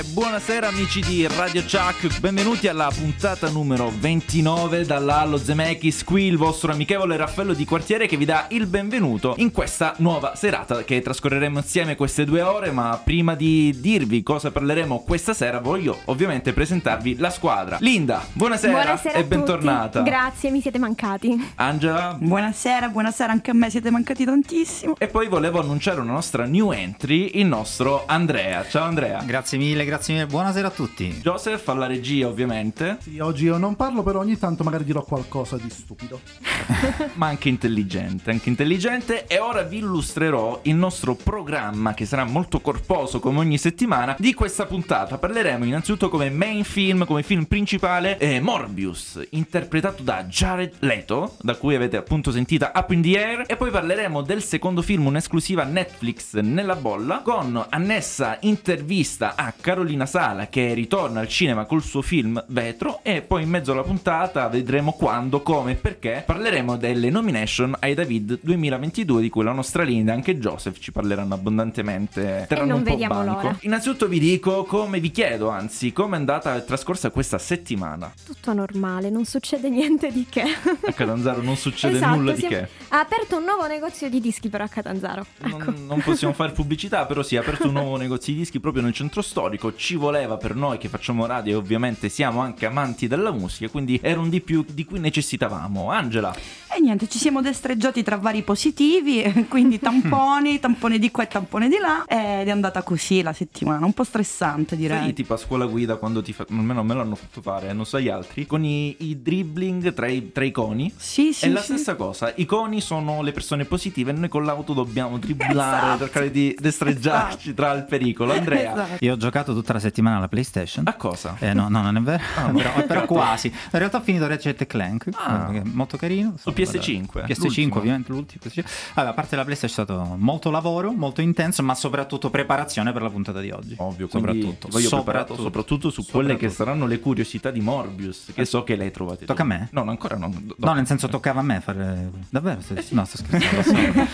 buonasera amici di Radio Chuck, benvenuti alla puntata numero 29 dalla Allo Zemeckis, qui il vostro amichevole Raffaello Di Quartiere che vi dà il benvenuto in questa nuova serata che trascorreremo insieme queste 2 ore, ma prima di dirvi cosa parleremo questa sera voglio ovviamente presentarvi la squadra. Linda, buonasera e bentornata. Grazie, mi siete mancati. Angela, buonasera anche a me, siete mancati tantissimo. E poi volevo annunciare una nostra new entry, il nostro Andrea. Ciao Andrea. Grazie mille, buonasera a tutti. Joseph alla regia ovviamente. Sì, oggi io non parlo, però ogni tanto magari dirò qualcosa di stupido. Ma anche intelligente. E ora vi illustrerò il nostro programma che sarà molto corposo come ogni settimana di questa puntata. Parleremo innanzitutto come main film, come film principale, Morbius, interpretato da Jared Leto, da cui avete appunto sentita Up in the Air. E poi parleremo del secondo film, un'esclusiva Netflix nella bolla, con annessa intervista a Carolina Sala che ritorna al cinema col suo film Vetro. E poi in mezzo alla puntata vedremo quando, come e perché parleremo delle nomination ai David 2022, di cui la nostra Linda e anche Joseph ci parleranno abbondante. E non vediamo banco. l'ora. Innanzitutto vi chiedo come è andata trascorsa questa settimana. Tutto normale, non succede niente di che. A Catanzaro non succede Esatto, nulla di che. Ha aperto un nuovo negozio di dischi però a Catanzaro. Ecco. Non possiamo fare pubblicità, però sì, ha aperto un nuovo negozio di dischi proprio nel centro storico. Ci voleva per noi che facciamo radio e ovviamente siamo anche amanti della musica, quindi era un di più di cui necessitavamo. Angela. E niente, ci siamo destreggiati tra vari positivi, quindi tamponi di qua e tampone di là, ed è andata così la settimana, un po' stressante direi. Sai tipo a scuola guida quando almeno me l'hanno fatto fare, non so gli altri, con i dribbling tra i coni. Sì. È la stessa cosa, i coni sono le persone positive e noi con l'auto dobbiamo dribblare, Esatto. cercare di destreggiarci tra il pericolo. Andrea. Esatto. Io ho giocato tutta la settimana alla PlayStation. A cosa? No, non è vero. Però quasi. In realtà ho finito Ratchet Clank, che è molto carino. Su PS5. PS5 ovviamente, l'ultimo PS5. Allora, a parte la PlayStation è stato molto lavoro, molto intenso, ma soprattutto preparazione per la puntata di oggi. Ovvio, soprattutto. Voglio preparato soprattto su quelle che saranno le curiosità di Morbius, che so che le hai trovate. Tocca a me? No, ancora no. No, nel senso toccava a me fare. Davvero? Sì. No, sto scherzando.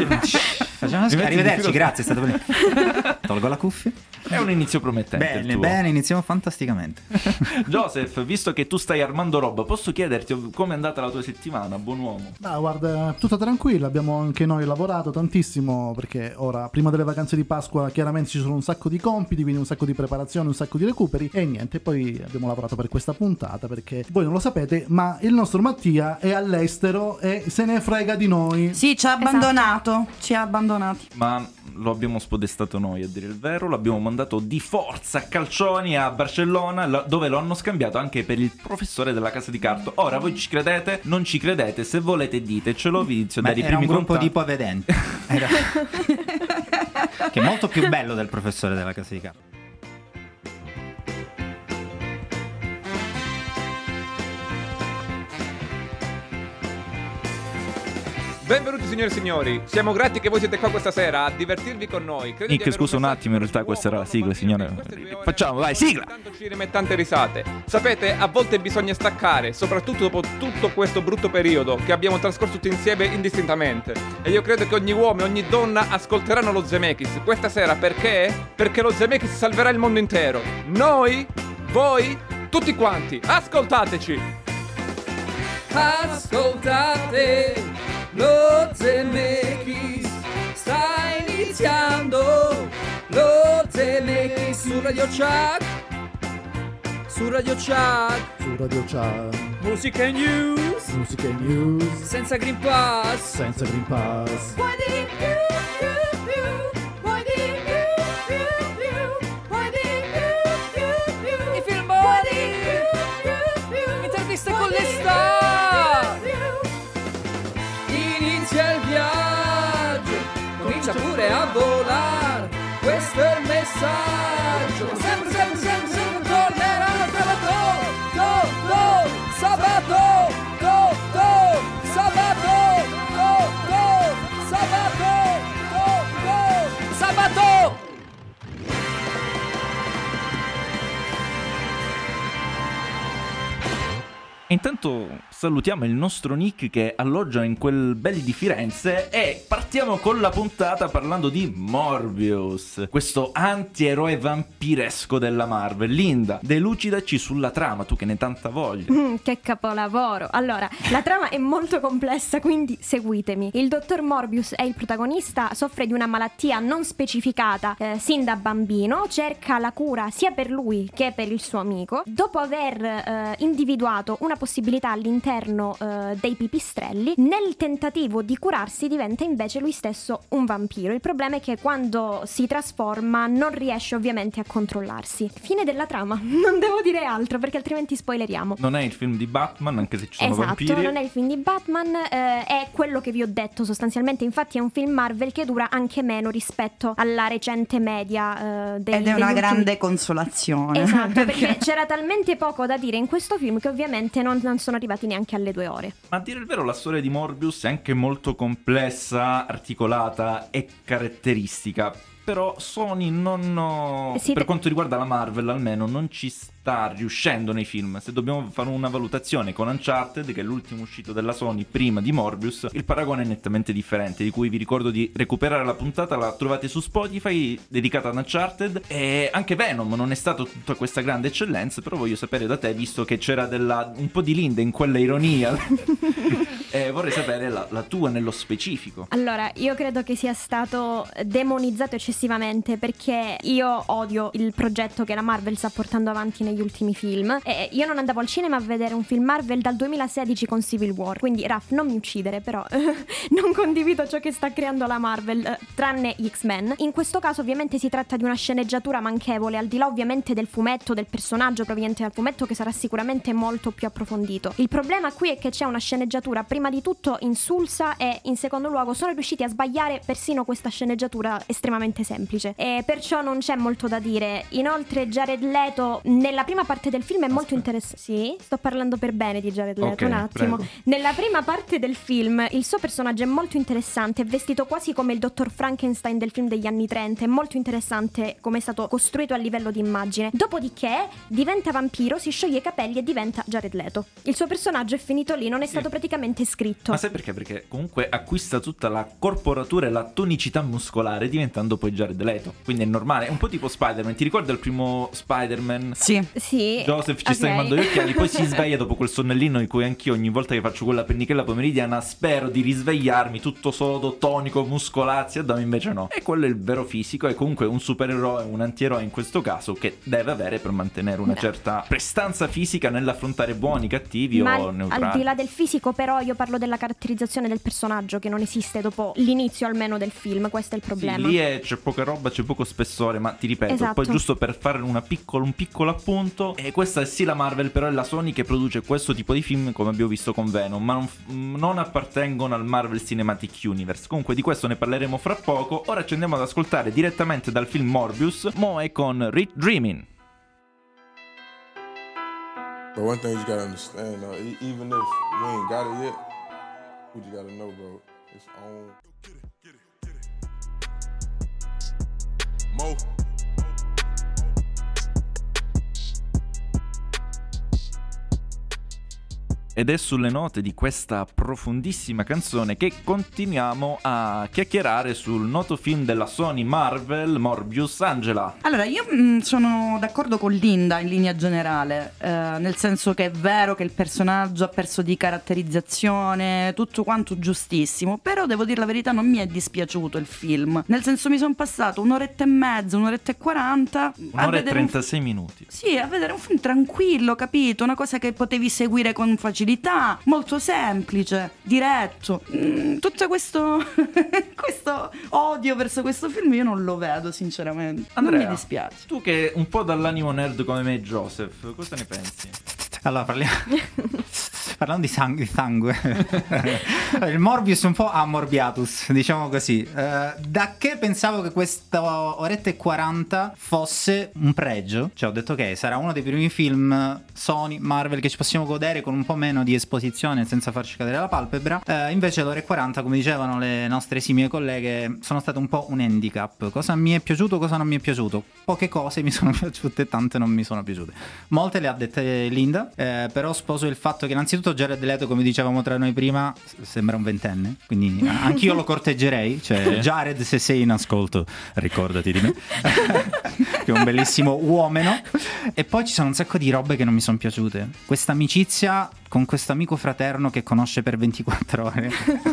Arrivederci, grazie, è stato bene. Tolgo la cuffia. È un inizio promettente. Bene, iniziamo fantasticamente. Joseph, visto che tu stai armando roba, posso chiederti come è andata la tua settimana, buon uomo? Ma guarda, tutta tranquilla, abbiamo anche noi lavorato tantissimo perché ora, prima delle vacanze di Pasqua, chiaramente ci sono un sacco di compiti, quindi un sacco di preparazioni, un sacco di recuperi e niente, poi abbiamo lavorato per questa puntata perché voi non lo sapete, ma il nostro Mattia è all'estero e se ne frega di noi. Sì, ci ha abbandonato, ci ha abbandonati. Ma lo abbiamo spodestato noi, a dire il vero, l'abbiamo mandato di forza a calcioni a Barcellona, dove lo hanno scambiato anche per il professore della casa di carta. Ora voi ci credete? Non ci credete? Se volete ditecelo, vi inizio a dare i primi era un gruppo contatti. di ipovedenti. Che è molto più bello del professore della casa di carta. Benvenuti signore e signori, siamo grati che voi siete qua questa sera a divertirvi con noi. Nick, scusa un attimo, in realtà questa era la sigla, signore. Facciamo, vai, sigla! Tanto cinema e tante risate. Sapete, a volte bisogna staccare, soprattutto dopo tutto questo brutto periodo che abbiamo trascorso tutti insieme indistintamente. E io credo che ogni uomo e ogni donna ascolteranno lo Zemeckis questa sera, perché? Perché lo Zemeckis salverà il mondo intero. Noi, voi, tutti quanti, ascoltateci! Ascoltate! Lo Zemeckis sta iniziando. Lo Zemeckis su Radio Chuck. Su Radio Chuck. Su Radio Chuck. Musica e news. Musica e news. Senza Green Pass. Senza Green Pass. Poi di più. I filmoni. Interviste con le star. Inizia il viaggio, comincia pure a volare, questo è il messaggio, sempre tornerà sabato, sabato. Intanto salutiamo il nostro Nick che alloggia in quel bel di Firenze e partiamo con la puntata parlando di Morbius, questo antieroe vampiresco della Marvel. Linda, delucidaci sulla trama, tu che ne hai tanta voglia. Che capolavoro. Allora, la trama è molto complessa, quindi seguitemi. Il dottor Morbius è il protagonista, soffre di una malattia non specificata sin da bambino, cerca la cura sia per lui che per il suo amico. Dopo aver individuato una possibilità all'interno dei pipistrelli, nel tentativo di curarsi diventa invece lui stesso un vampiro. Il problema è che quando si trasforma non riesce ovviamente a controllarsi. Fine della trama. Non devo dire altro perché altrimenti spoileriamo. Non è il film di Batman, anche se ci sono Esatto, vampiri. non è il film di Batman, è quello che vi ho detto sostanzialmente. Infatti è un film Marvel che dura anche meno rispetto alla recente media ed è una degli ultimi... grande consolazione. Esatto, perché c'era talmente poco da dire in questo film che ovviamente non sono arrivati neanche alle 2 ore. Ma a dire il vero la storia di Morbius è anche molto complessa, articolata e caratteristica. Però Sony per quanto riguarda la Marvel almeno non ci sta riuscendo nei film. Se dobbiamo fare una valutazione con Uncharted, che è l'ultimo uscito della Sony prima di Morbius, il paragone è nettamente differente, di cui vi ricordo di recuperare la puntata, la trovate su Spotify dedicata ad Uncharted. E anche Venom non è stato tutta questa grande eccellenza, però voglio sapere da te, visto che c'era un po' di Linda in quella ironia vorrei sapere la tua nello specifico. Allora, io credo che sia stato demonizzato eccessivamente, perché io odio il progetto che la Marvel sta portando avanti negli ultimi film. E io non andavo al cinema a vedere un film Marvel dal 2016 con Civil War, quindi Raf, non mi uccidere, però non condivido ciò che sta creando la Marvel, tranne X-Men. In questo caso ovviamente si tratta di una sceneggiatura manchevole, al di là ovviamente del fumetto, del personaggio proveniente dal fumetto, che sarà sicuramente molto più approfondito. Il problema qui è che c'è una sceneggiatura prima di tutto insulsa e in secondo luogo sono riusciti a sbagliare persino questa sceneggiatura estremamente semplice, e perciò non c'è molto da dire. Inoltre Jared Leto nella prima parte del film è molto interessante. Sì, sto parlando per bene di Jared Leto, okay, un attimo. prego. Nella prima parte del film il suo personaggio è molto interessante, è vestito quasi come il dottor Frankenstein del film degli anni 30, è molto interessante come è stato costruito a livello di immagine. Dopodiché diventa vampiro, si scioglie i capelli e diventa Jared Leto. Il suo personaggio è finito lì, non è stato praticamente scritto. Ma sai perché? Perché comunque acquista tutta la corporatura e la tonicità muscolare diventando poi Jared Leto. Quindi è normale, è un po' tipo Spider-Man. Ti ricordi il primo Spider-Man? Sì. Joseph ci sta mandando gli occhiali, poi si sveglia dopo quel sonnellino in cui anch'io ogni volta che faccio quella pennichella pomeridiana spero di risvegliarmi tutto sodo, tonico, muscolazzi, e invece no. E quello è il vero fisico, è comunque un supereroe, un antieroe in questo caso, che deve avere per mantenere una certa prestanza fisica nell'affrontare buoni, cattivi o neutrali. Al di là del fisico però io parlo della caratterizzazione del personaggio, che non esiste dopo l'inizio almeno del film, questo è il problema. Sì, lì c'è poca roba, c'è poco spessore, ma ti ripeto, esatto. Poi giusto per fare un piccolo appunto, e questa è sì la Marvel, però è la Sony che produce questo tipo di film, come abbiamo visto con Venom, ma non appartengono al Marvel Cinematic Universe. Comunque di questo ne parleremo fra poco. Ora ci andiamo ad ascoltare direttamente dal film Morbius, Moe con Rich Dreamin'. But one thing you gotta understand, though, even if we ain't got it yet, we just gotta know, bro, it's on. Mo. Ed è sulle note di questa profondissima canzone che continuiamo a chiacchierare sul noto film della Sony Marvel, Morbius. Angela. Allora, io sono d'accordo con Linda in linea generale, nel senso che è vero che il personaggio ha perso di caratterizzazione, tutto quanto giustissimo, però devo dire la verità, non mi è dispiaciuto il film, nel senso mi sono passato un'oretta e mezza, un'oretta e 40 un'ora e 36 minuti. Sì, a vedere un film tranquillo, capito? Una cosa che potevi seguire con facilità, molto semplice, diretto. Tutto questo questo odio verso quessto film io non lo vedo sinceramente. Andrea, non mi dispiace. tu che un po' dall'animo nerd come me, Joseph, cosa ne pensi? Allora, parlando di sangue Il Morbius un po' ammorbiatus, diciamo così. Da che pensavo che questa oretta e 40 fosse un pregio, cioè ho detto ok, sarà uno dei primi film Sony, Marvel che ci possiamo godere con un po' meno di esposizione senza farci cadere la palpebra. Invece l'ora e 40, come dicevano le nostre simili colleghe, sono state un po' un handicap. Cosa mi è piaciuto, cosa non mi è piaciuto? Poche cose mi sono piaciute, tante non mi sono piaciute. Molte le ha dette Linda, però sposo il fatto che innanzitutto Jared Leto, come dicevamo tra noi prima, sembra un ventenne, quindi anch'io lo corteggerei, cioè Jared, se sei in ascolto ricordati di me che è un bellissimo uomino. E poi ci sono un sacco di robe che non mi sono piaciute. Questa amicizia con questo amico fraterno che conosce per 24 ore.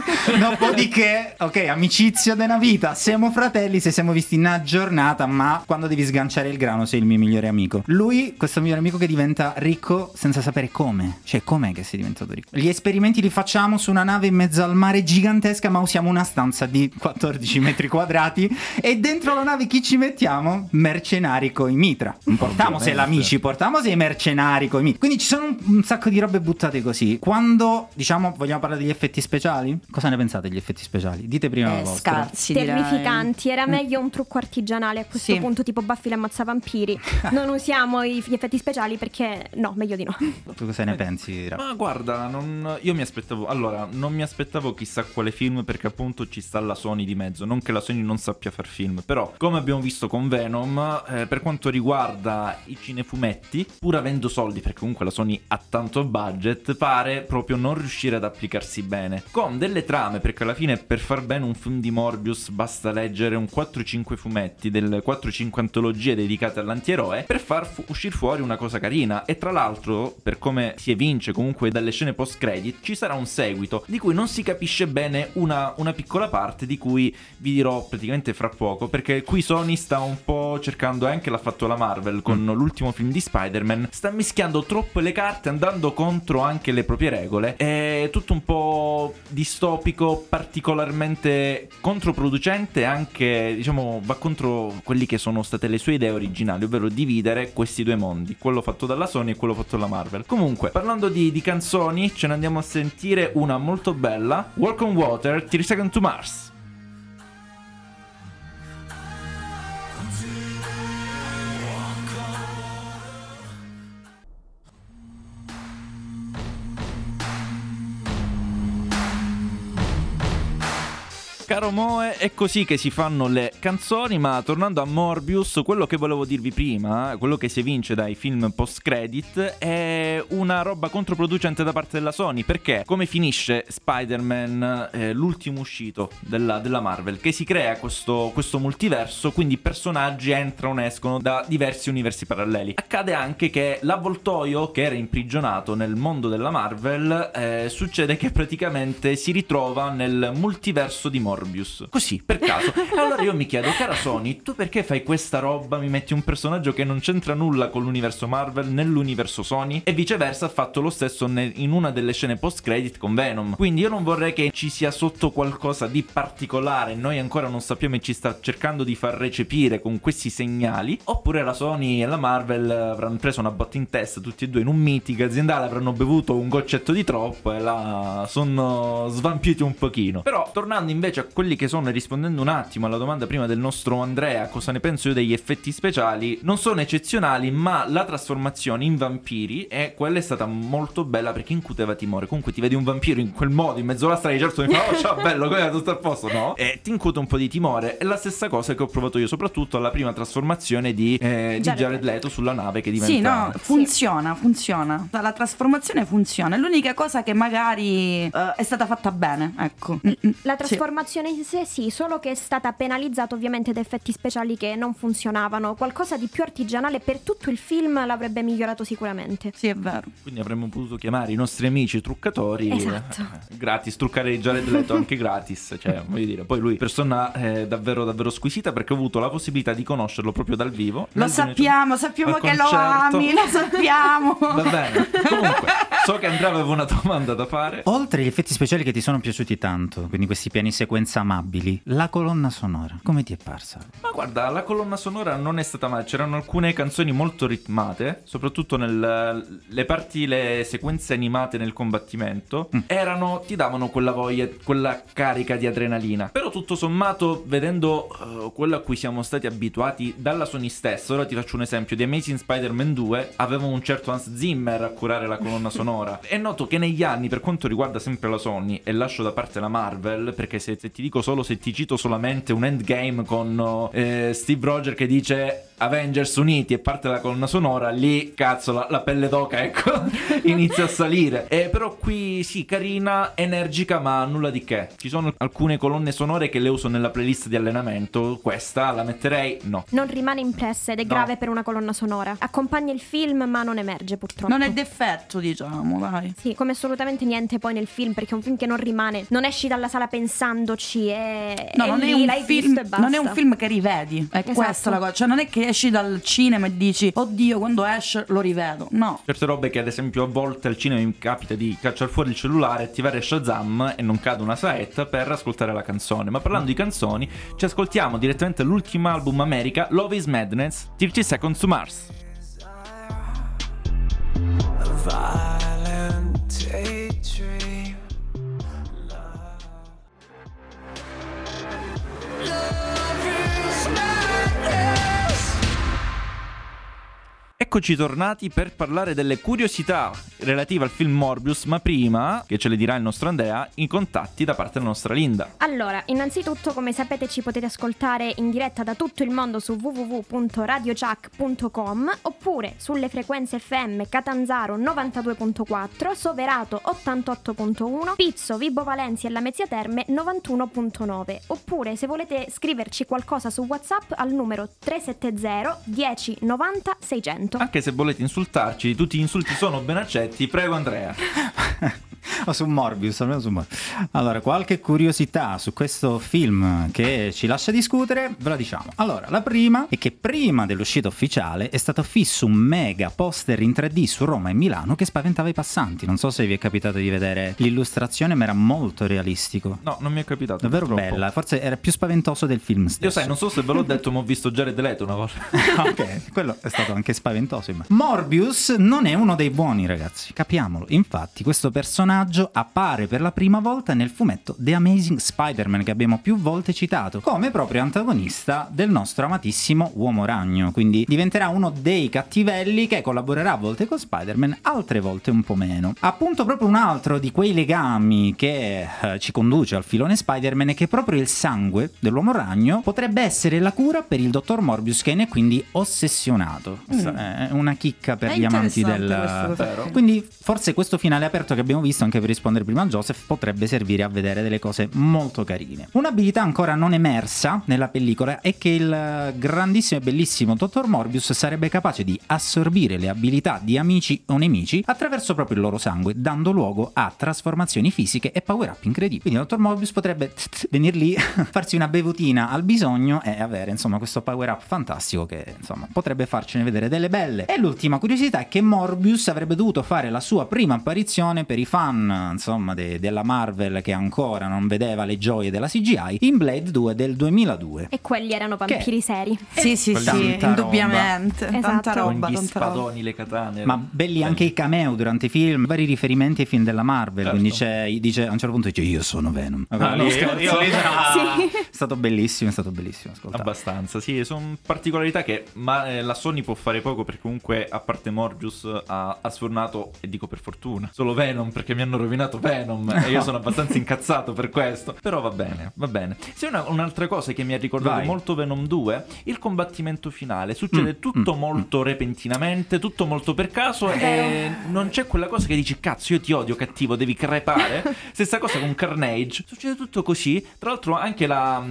Dopodiché, ok, amicizia della vita, siamo fratelli se siamo visti in una giornata, ma quando devi sganciare il grano sei il mio migliore amico. Lui, questo migliore amico che diventa ricco senza sapere come. Cioè, com'è che sei diventato ricco? Gli esperimenti li facciamo su una nave in mezzo al mare gigantesca, ma usiamo una stanza di 14 metri quadrati e dentro la nave chi ci mettiamo? Mercenari coi mitra. Non portiamo sei l'amici, portiamo sei mercenari coi mitra. Quindi ci sono un sacco di robe buttate così. Quando, diciamo, vogliamo parlare degli effetti speciali? Cosa ne pensate degli effetti speciali? Dite prima la vostra. Scarsi, terrificanti. Era meglio un trucco artigianale a questo punto, tipo Buffy l'ammazza vampiri. Non usiamo gli effetti speciali perché no, meglio di no. Tu cosa ne pensi, Rafa? Ma guarda, io mi aspettavo, allora, non mi aspettavo chissà quale film, perché appunto ci sta la Sony di mezzo. Non che la Sony non sappia far film, però come abbiamo visto con Venom, per quanto riguarda i cinefumetti, pur avendo soldi, perché comunque la Sony ha tanto budget, pare proprio non riuscire ad applicarsi bene con delle trame, perché alla fine per far bene un film di Morbius basta leggere un 4-5 fumetti, delle 4-5 antologie dedicate all'antieroe per far uscire fuori una cosa carina. E tra l'altro, per come si evince comunque dalle scene post credit, ci sarà un seguito di cui non si capisce bene una piccola parte, di cui vi dirò praticamente fra poco, perché qui Sony sta un po' cercando, anche l'ha fatto la Marvel con l'ultimo film di Spider-Man, sta mischiando troppo le carte, andando contro anche le proprie regole. È tutto un po' distopico, particolarmente controproducente, anche, diciamo, va contro quelli che sono state le sue idee originali, ovvero dividere questi due mondi, quello fatto dalla Sony e quello fatto dalla Marvel. Comunque, parlando di canzoni, ce ne andiamo a sentire una molto bella, Walk on Water, 30 Seconds to Mars. Caro Moe, è così che si fanno le canzoni, ma tornando a Morbius, quello che volevo dirvi prima, quello che si evince dai film post-credit, è una roba controproducente da parte della Sony, perché come finisce Spider-Man, l'ultimo uscito della Marvel, che si crea questo multiverso, quindi personaggi entrano e escono da diversi universi paralleli. Accade anche che l'avvoltoio che era imprigionato nel mondo della Marvel, succede che praticamente si ritrova nel multiverso di Morbius. Così, per caso. E allora io mi chiedo, cara Sony, tu perché fai questa roba? Mi metti un personaggio che non c'entra nulla con l'universo Marvel nell'universo Sony, e viceversa ha fatto lo stesso in una delle scene post-credit con Venom. Quindi io non vorrei che ci sia sotto qualcosa di particolare, noi ancora non sappiamo e ci sta cercando di far recepire con questi segnali, oppure la Sony e la Marvel avranno preso una botta in testa tutti e due in un meeting aziendale, avranno bevuto un goccetto di troppo e la sono svampiti un pochino. Però tornando invece a quelli che sono, rispondendo un attimo alla domanda prima del nostro Andrea, cosa ne penso io degli effetti speciali, non sono eccezionali, ma la trasformazione in vampiri, quella è stata molto bella perché incuteva timore. Comunque ti vedi un vampiro in quel modo in mezzo alla strada, certo mi fa oh ciao bello, come è tutto a posto, no? E ti incute un po' di timore. È la stessa cosa che ho provato io, soprattutto alla prima trasformazione di Jared Leto sulla nave che diventa... Sì, no, funziona. La trasformazione funziona. È l'unica cosa che magari è stata fatta bene, ecco. La trasformazione in sé sì, solo che è stata penalizzata ovviamente da effetti speciali che non funzionavano. Qualcosa di più artigianale per tutto il film l'avrebbe migliorato sicuramente. Sì, è vero. Quindi avremmo potuto chiamare i nostri amici truccatori, esatto, gratis, truccare Jared Leto anche gratis, cioè voglio dire, poi lui persona davvero squisita, perché ho avuto la possibilità di conoscerlo proprio dal vivo. Lo sappiamo che lo ami, lo sappiamo. Va bene, comunque so che Andrea aveva una domanda da fare. Oltre agli effetti speciali che ti sono piaciuti tanto, quindi questi piani sequenziali sequenze amabili. La colonna sonora, come ti è parsa? Ma guarda, la colonna sonora non è stata male, c'erano alcune canzoni molto ritmate, soprattutto le parti, le sequenze animate nel combattimento, ti davano quella voglia, quella carica di adrenalina. Però tutto sommato, vedendo quello a cui siamo stati abituati dalla Sony stessa, ora ti faccio un esempio, The Amazing Spider-Man 2 aveva un certo Hans Zimmer a curare la colonna sonora. È noto che negli anni, per quanto riguarda sempre la Sony, e lascio da parte la Marvel, perché se ti dico solo, se ti cito solamente un Endgame con Steve Rogers che dice Avengers uniti e parte la colonna sonora, lì cazzo la pelle d'oca, ecco, inizia a salire. Però qui sì, carina, energica, ma nulla di che. Ci sono alcune colonne sonore che le uso nella playlist di allenamento, questa la metterei? No. Non rimane impressa ed è grave per una colonna sonora. Accompagna il film ma non emerge purtroppo. Non è deffetto, diciamo, dai. Sì, come assolutamente niente poi nel film, perché è un film che non rimane, non esci dalla sala pensandoci no, non lì, è un l'hai film, visto e basta. non è un film che rivedi, è Esatto. questa la cosa, cioè non è che esci dal cinema e dici oddio quando esce lo rivedo, no. Certe robe che ad esempio a volte al cinema mi capita di cacciare fuori il cellulare, attivare Shazam e non cade una saetta per ascoltare la canzone. Ma parlando di canzoni, ci ascoltiamo direttamente l'ultimo album America, Love is Madness, 30 Seconds to Mars. Eccoci tornati per parlare delle curiosità relative al film Morbius, ma prima, che ce le dirà il nostro Andrea, i contatti da parte della nostra Linda. Allora, innanzitutto, come sapete, ci potete ascoltare in diretta da tutto il mondo su www.radiochuck.com oppure sulle frequenze FM Catanzaro 92.4, Soverato 88.1, Pizzo, Vibo Valentia e Lamezia Terme 91.9. Oppure se volete scriverci qualcosa su WhatsApp al numero 370 10 90 600. Anche se volete insultarci, tutti gli insulti sono ben accetti. Prego Andrea. O su Morbius, almeno su Morbius. Allora, qualche curiosità su questo film che ci lascia discutere, ve la diciamo. Allora, la prima è che prima dell'uscita ufficiale è stato fisso un mega poster in 3D su Roma e Milano che spaventava i passanti. Non so se vi è capitato di vedere l'illustrazione, ma era molto realistico. No, non mi è capitato. Davvero purtroppo. bella, forse era più spaventoso del film stesso. Io sai, non so se ve l'ho detto, ma ho visto Jared Leto una volta. Ok, quello è stato anche spaventoso. Morbius non è uno dei buoni, ragazzi, capiamolo. Infatti questo personaggio appare per la prima volta nel fumetto The Amazing Spider-Man, che abbiamo più volte citato, come proprio antagonista del nostro amatissimo Uomo Ragno. Quindi diventerà uno dei cattivelli che collaborerà a volte con Spider-Man, altre volte un po' meno. Appunto, proprio un altro di quei legami che ci conduce al filone Spider-Man è che proprio il sangue dell'Uomo Ragno potrebbe essere la cura per il dottor Morbius, che ne è quindi ossessionato. È una chicca per È gli amanti interessante del... Quindi forse questo finale aperto che abbiamo visto, anche per rispondere prima a Joseph, potrebbe servire a vedere delle cose molto carine. Un'abilità ancora non emersa nella pellicola è che il grandissimo e bellissimo dottor Morbius sarebbe capace di assorbire le abilità di amici o nemici attraverso proprio il loro sangue, dando luogo a trasformazioni fisiche e power up incredibili. Quindi il dottor Morbius potrebbe venire lì, farsi una bevutina al bisogno e avere insomma questo power up fantastico che insomma potrebbe farcene vedere delle belle. E l'ultima curiosità è che Morbius avrebbe dovuto fare la sua prima apparizione per i fan insomma della Marvel che ancora non vedeva le gioie della CGI in Blade 2 del 2002. E quelli erano vampiri seri. Sì, tanta indubbiamente, roba. tanta Esatto. roba, Con gli tanta roba. spadoni, le katane. Ma belli anche i cameo durante i film, vari riferimenti ai film della Marvel. Certo. Quindi dice a un certo punto dice io sono Venom. Lo scherzo. È stato bellissimo, ascoltare. Abbastanza, sì, sono particolarità che la Sony può fare poco, perché comunque a parte Morbius ha sfornato, e dico per fortuna, solo Venom, perché mi hanno rovinato Venom e io sono abbastanza incazzato per questo. Però va bene. Se un'altra cosa che mi ha ricordato molto Venom 2, il combattimento finale succede tutto molto repentinamente, tutto molto per caso e non c'è quella cosa che dici cazzo io ti odio cattivo, devi crepare. Stessa cosa con Carnage, succede tutto così. Tra l'altro anche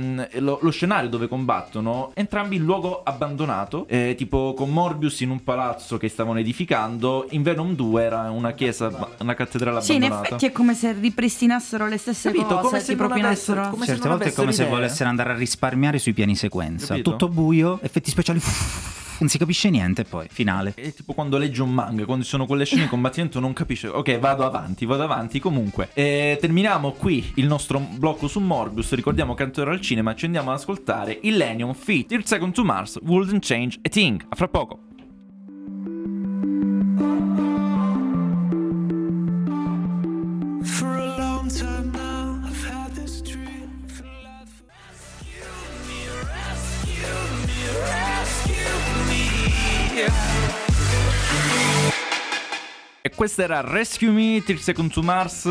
lo scenario dove combattono, entrambi in luogo abbandonato, tipo con Morbius in un palazzo che stavano edificando, in Venom 2 era una chiesa, una cattedrale Sì, in abbandonata. effetti è come se ripristinassero le stesse Capito? cose, Come se tipo non propinassero... avessero- come se Certe non volte è come se avessero idee. volessero andare a risparmiare sui piani sequenza. Capito? Tutto buio, effetti speciali non si capisce niente, poi finale. È tipo quando leggi un manga, quando ci sono quelle scene di combattimento non capisce. Ok, vado avanti. Comunque, terminiamo qui il nostro blocco su Morbius. Ricordiamo che ancora al cinema ci andiamo ad ascoltare Illenium feat. 30 Seconds to Mars Wouldn't Change a Thing. A fra poco. E questa era Rescue Me, 30 Seconds to Mars,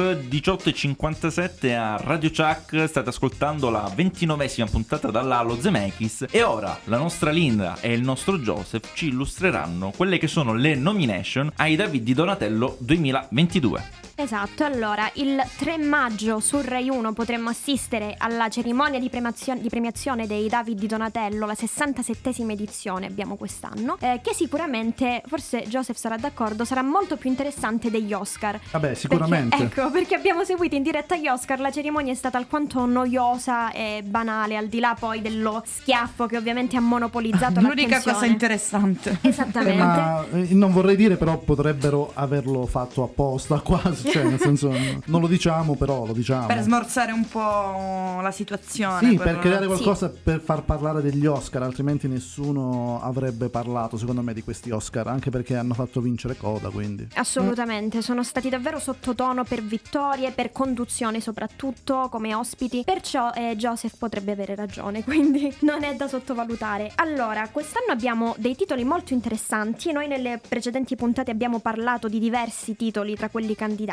18:57 a Radio Chuck. State ascoltando la 29esima puntata dall'Halo Zemeckis. E ora la nostra Linda e il nostro Joseph ci illustreranno quelle che sono le nomination ai David di Donatello 2022. Esatto, allora il 3 maggio su Rai 1 potremmo assistere alla cerimonia di premiazione dei David di Donatello, la 67esima edizione abbiamo quest'anno, che sicuramente, forse Joseph sarà d'accordo, sarà molto più interessante degli Oscar. Vabbè, sicuramente. Perché abbiamo seguito in diretta gli Oscar, la cerimonia è stata alquanto noiosa e banale, al di là poi dello schiaffo che ovviamente ha monopolizzato l'unica cosa interessante. Esattamente. Ma non vorrei dire, però potrebbero averlo fatto apposta quasi. Cioè, nel senso, non lo diciamo, però lo diciamo. Per smorzare un po' la situazione. Sì, per creare qualcosa, per far parlare degli Oscar, altrimenti nessuno avrebbe parlato, secondo me, di questi Oscar, anche perché hanno fatto vincere Coda, quindi. Assolutamente, sono stati davvero sottotono per vittorie, per conduzione soprattutto, come ospiti. Perciò Joseph potrebbe avere ragione, quindi non è da sottovalutare. Allora, quest'anno abbiamo dei titoli molto interessanti. Noi nelle precedenti puntate abbiamo parlato di diversi titoli tra quelli candidati.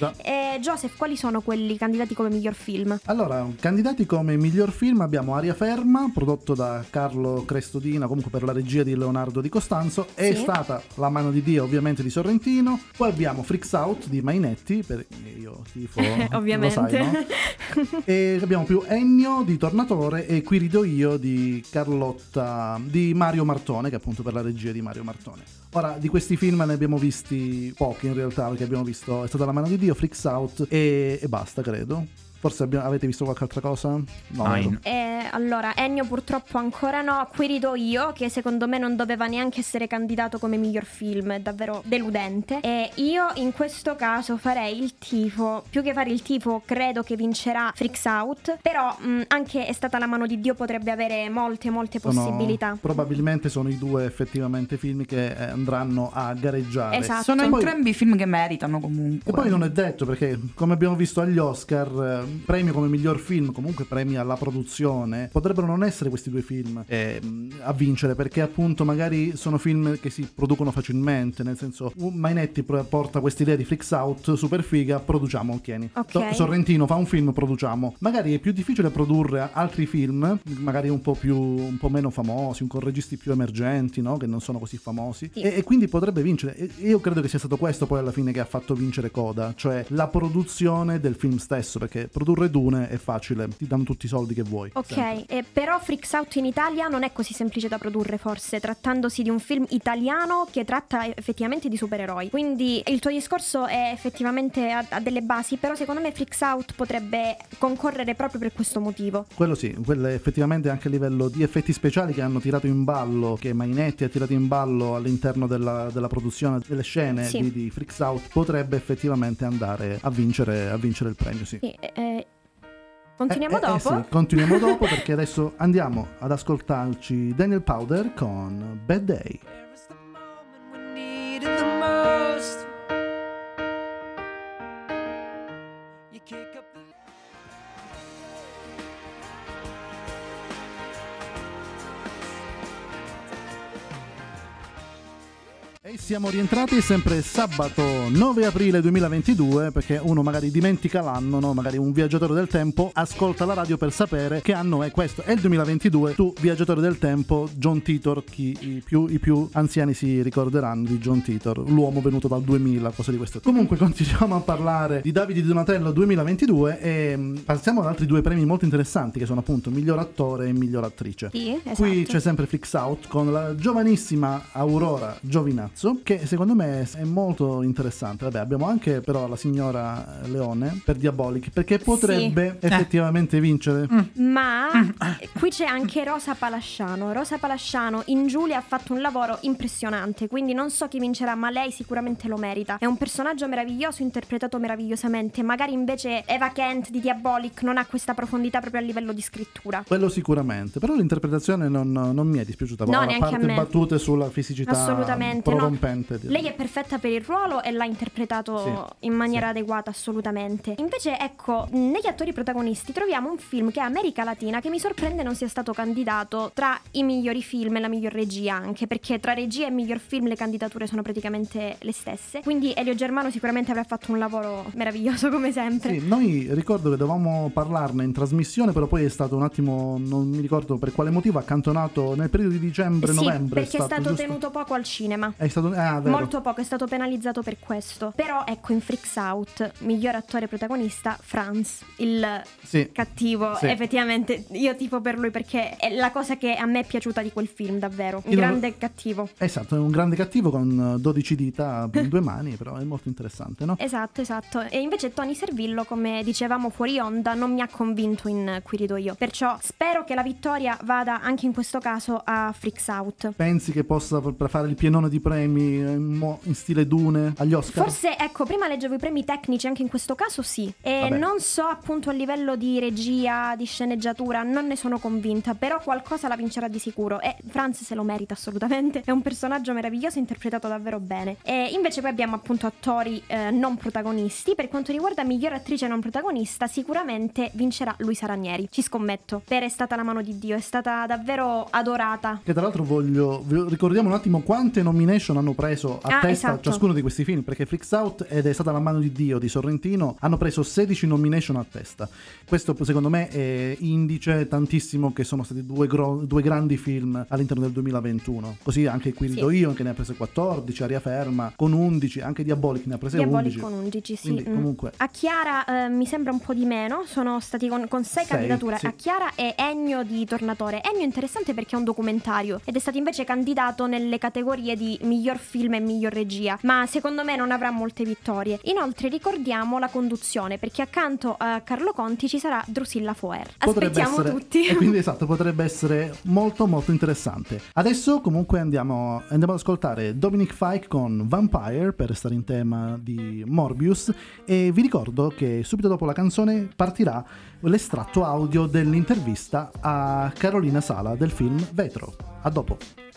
Joseph, quali sono quelli candidati come miglior film? Allora, candidati come miglior film abbiamo Aria Ferma, prodotto da Carlo Crestodina, comunque per la regia di Leonardo Di Costanzo. È stata La mano di Dio, ovviamente, di Sorrentino. Poi abbiamo Freaks Out di Mainetti, perché io tifo, ovviamente. Lo sai, no? E abbiamo più Ennio di Tornatore e Qui rido io di Carlotta, di Mario Martone, che è appunto per la regia di Mario Martone. Ora, di questi film ne abbiamo visti pochi in realtà, perché abbiamo visto È stata La mano di Dio, Freaks Out e basta, credo. Forse avete visto qualche altra cosa? No. Allora, Ennio purtroppo ancora no. Qui rido io, che secondo me non doveva neanche essere candidato come miglior film, è davvero deludente. E io in questo caso farei il tifo. Più che fare il tifo, credo che vincerà Freaks Out. Però anche È stata la mano di Dio potrebbe avere molte possibilità. Probabilmente sono i due effettivamente film che andranno a gareggiare. Esatto. Sono entrambi film che meritano comunque. E poi non è detto, perché come abbiamo visto agli Oscar, premio come miglior film, comunque premi alla produzione, potrebbero non essere questi due film a vincere, perché appunto magari sono film che si producono facilmente, nel senso Mainetti porta questa idea di Freaks Out super figa, produciamo, tieni. Okay. Sorrentino fa un film, produciamo. Magari è più difficile produrre altri film, magari un po' meno famosi, con registi più emergenti, no? Che non sono così famosi, sì. e quindi potrebbe vincere. E io credo che sia stato questo poi alla fine che ha fatto vincere Coda, cioè la produzione del film stesso, perché produrre Dune è facile, ti danno tutti i soldi che vuoi. Ok, però Freaks Out in Italia non è così semplice da produrre, forse, trattandosi di un film italiano che tratta effettivamente di supereroi. Quindi il tuo discorso è effettivamente ha delle basi, però secondo me Freaks Out potrebbe concorrere proprio per questo motivo. Quello sì, quello effettivamente anche a livello di effetti speciali che hanno tirato in ballo, che Mainetti ha tirato in ballo all'interno della produzione delle scene, sì, di Freaks Out, potrebbe effettivamente andare a vincere il premio, sì. Continuiamo dopo? Sì, continuiamo dopo, perché adesso andiamo ad ascoltarci Daniel Powder con Bad Day. E siamo rientrati sempre sabato 9 aprile 2022, perché uno magari dimentica l'anno, no? Magari un viaggiatore del tempo ascolta la radio per sapere che anno è questo. È il 2022, tu viaggiatore del tempo, John Titor, i più anziani si ricorderanno di John Titor, l'uomo venuto dal 2000, cose di questo. Comunque continuiamo a parlare di David di Donatello 2022 e passiamo ad altri due premi molto interessanti, che sono appunto miglior attore e miglior attrice. Sì, esatto. Qui c'è sempre Freaks Out con la giovanissima Aurora Giovinazzo, ragazzo, che secondo me è molto interessante. Vabbè, abbiamo anche però la signora Leone per Diabolic, perché potrebbe effettivamente vincere. Ma qui c'è anche Rosa Palasciano. Rosa Palasciano in Giulia ha fatto un lavoro impressionante, quindi non so chi vincerà, ma lei sicuramente lo merita. È un personaggio meraviglioso, interpretato meravigliosamente. Magari invece Eva Kent di Diabolic non ha questa profondità proprio a livello di scrittura. Quello sicuramente, però l'interpretazione non mi è dispiaciuta. No, a neanche parte a me. battute sulla fisicità Assolutamente prorompente. no. Lei è perfetta per il ruolo e l'ha interpretato in maniera adeguata, assolutamente. Invece ecco, negli attori protagonisti troviamo un film che è America Latina, che mi sorprende non sia stato candidato tra i migliori film e la miglior regia, anche perché tra regia e miglior film le candidature sono praticamente le stesse. Quindi Elio Germano sicuramente avrà fatto un lavoro meraviglioso come sempre. Sì, noi ricordo che dovevamo parlarne in trasmissione, però poi è stato un attimo, non mi ricordo per quale motivo, accantonato nel periodo di dicembre-novembre. Perché è stato tenuto poco al cinema. È stato vero. Molto poco, è stato penalizzato per questo. Però ecco, in Freaks Out, miglior attore protagonista, Franz, il cattivo. Sì. Effettivamente io tifo per lui perché è la cosa che a me è piaciuta di quel film, davvero. Un grande cattivo. Esatto, è un grande cattivo con 12 dita in 2 mani, però è molto interessante, no? Esatto. E invece Tony Servillo, come dicevamo fuori onda, non mi ha convinto in Qui rido io. Perciò spero che la vittoria vada anche in questo caso a Freaks Out. Pensi che possa fare il pienone di premi in stile Dune agli Oscar? Forse, ecco, prima leggevo i premi tecnici, anche in questo caso sì. E non so appunto a livello di regia, di sceneggiatura, non ne sono convinta, però qualcosa la vincerà di sicuro. E Franz se lo merita assolutamente, è un personaggio meraviglioso, interpretato davvero bene. E invece poi abbiamo appunto attori non protagonisti. Per quanto riguarda miglior attrice non protagonista, sicuramente vincerà Luisa Ranieri, ci scommetto. Per È stata la mano di Dio, è stata davvero adorata. Che tra l'altro ricordiamo un attimo quante nomination hanno preso a testa ciascuno di questi film, perché Freaks Out ed È stata la mano di Dio di Sorrentino hanno preso 16 nomination a testa. Questo secondo me è indice tantissimo che sono stati due grandi film all'interno del 2021. Così anche Qui rido io, che ne ha prese 14, Aria Ferma con 11, anche Diabolic ne ha prese 11. Con 11, sì. Quindi, comunque. A Chiara mi sembra un po' di meno, sono stati con 6 candidature. Sì. A Chiara e Ennio di Tornatore. Ennio è interessante perché è un documentario ed è stato invece candidato nelle categorie di miglior film e miglior regia, ma secondo me non avrà molte vittorie. Inoltre ricordiamo la conduzione, perché accanto a Carlo Conti ci sarà Drusilla Foer. Aspettiamo tutti. E quindi potrebbe essere molto molto interessante. Adesso comunque andiamo ad ascoltare Dominic Fike con Vampire, per restare in tema di Morbius, e vi ricordo che subito dopo la canzone partirà l'estratto audio dell'intervista a Carolina Sala del film Vetro. A dopo.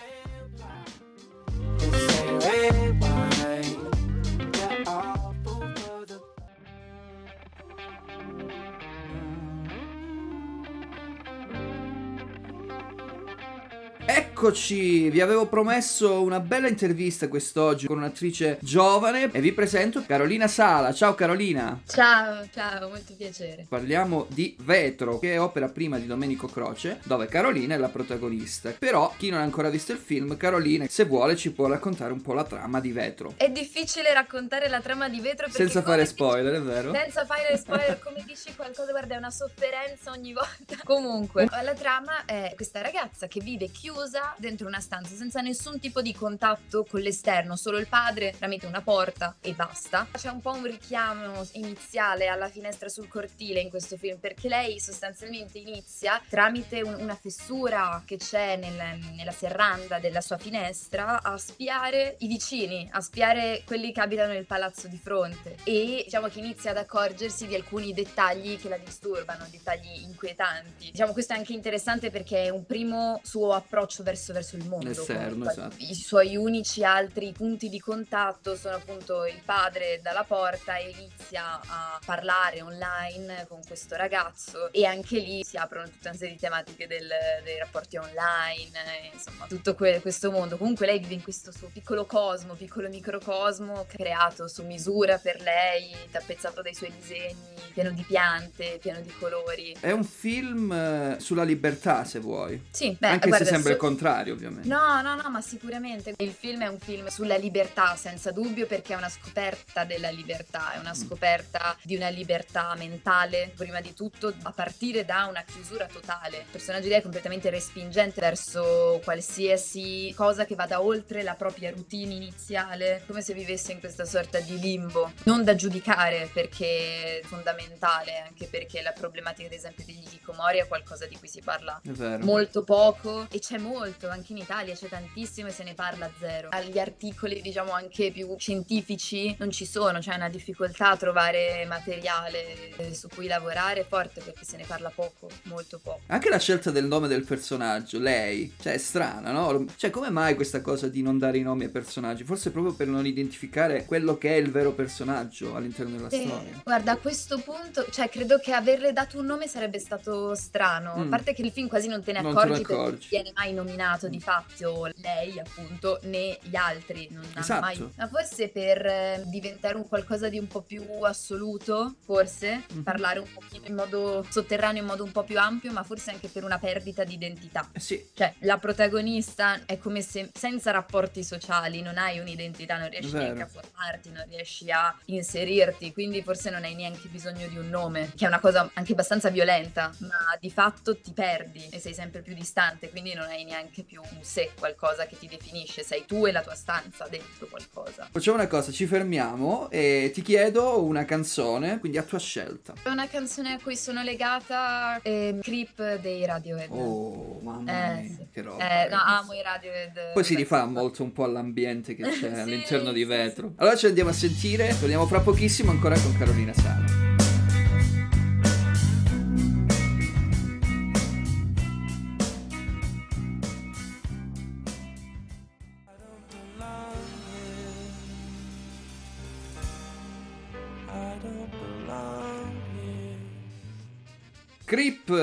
Eccoci, vi avevo promesso una bella intervista quest'oggi con un'attrice giovane e vi presento Carolina Sala. Ciao Carolina. Ciao, molto piacere. Parliamo di Vetro, che è opera prima di Domenico Croce, dove Carolina è la protagonista. Però chi non ha ancora visto il film, Carolina, se vuole ci può raccontare un po' la trama di Vetro. È difficile raccontare la trama di Vetro perché senza fare spoiler, è vero? Senza fare spoiler, come dici qualcosa, guarda, è una sofferenza ogni volta. Comunque, la trama è questa ragazza che vive chiusa dentro una stanza senza nessun tipo di contatto con l'esterno, solo il padre tramite una porta e basta. C'è un po' un richiamo iniziale alla finestra sul cortile in questo film, perché lei sostanzialmente inizia tramite una fessura che c'è nella serranda della sua finestra a spiare i vicini, a spiare quelli che abitano nel palazzo di fronte, e diciamo che inizia ad accorgersi di alcuni dettagli che la disturbano, dettagli inquietanti. Diciamo questo è anche interessante perché è un primo suo approccio verso il mondo. L'esterno, esatto. I suoi unici altri punti di contatto sono appunto il padre dalla porta, e inizia a parlare online con questo ragazzo, e anche lì si aprono tutta una serie di tematiche dei rapporti online, insomma tutto questo mondo. Comunque lei vive in questo suo piccolo microcosmo creato su misura per lei, tappezzato dai suoi disegni, pieno di piante, pieno di colori. È un film sulla libertà, se vuoi. Sì, anche se sembra il contrario. contrario, ovviamente. No, ma sicuramente il film è un film sulla libertà, senza dubbio, perché è una scoperta della libertà, è una scoperta di una libertà mentale, prima di tutto, a partire da una chiusura totale. Il personaggio di lei è completamente respingente verso qualsiasi cosa che vada oltre la propria routine iniziale, come se vivesse in questa sorta di limbo, non da giudicare perché è fondamentale, anche perché la problematica ad esempio degli hikikomori è qualcosa di cui si parla È vero. molto poco, e c'è molto, anche in Italia c'è tantissimo e se ne parla zero. Agli articoli diciamo anche più scientifici non ci sono, c'è una difficoltà a trovare materiale su cui lavorare forte perché se ne parla poco, molto poco. Anche la scelta del nome del personaggio, lei, cioè è strana, no? Cioè come mai questa cosa di non dare i nomi ai personaggi? Forse proprio per non identificare quello che è il vero personaggio all'interno della storia. Guarda, a questo punto, cioè credo che averle dato un nome sarebbe stato strano, a parte che il film quasi non te ne Non te ne accorgi perché non accorgi. viene mai nominato di fatto lei appunto né gli altri, non hanno mai. Ma forse per diventare un qualcosa di un po' più assoluto, forse parlare un pochino in modo sotterraneo, in modo un po' più ampio, ma forse anche per una perdita di identità. Sì. Cioè la protagonista è come se senza rapporti sociali non hai un'identità, non riesci Vero. neanche a formarti, non riesci a inserirti, quindi forse non hai neanche bisogno di un nome, che è una cosa anche abbastanza violenta, ma di fatto ti perdi e sei sempre più distante, quindi non hai neanche più un sé, qualcosa che ti definisce, sei tu e la tua stanza dentro qualcosa. Facciamo una cosa, ci fermiamo e ti chiedo una canzone, quindi a tua scelta. È una canzone a cui sono legata, Creep dei Radiohead. Oh, mamma mia, Sì. che roba. No, amo i Radiohead. Poi si rifà molto un po' all'ambiente che c'è Sì, all'interno di sì, Vetro. Allora ce l'andiamo a sentire, torniamo fra pochissimo ancora con Carolina Sala. Creep,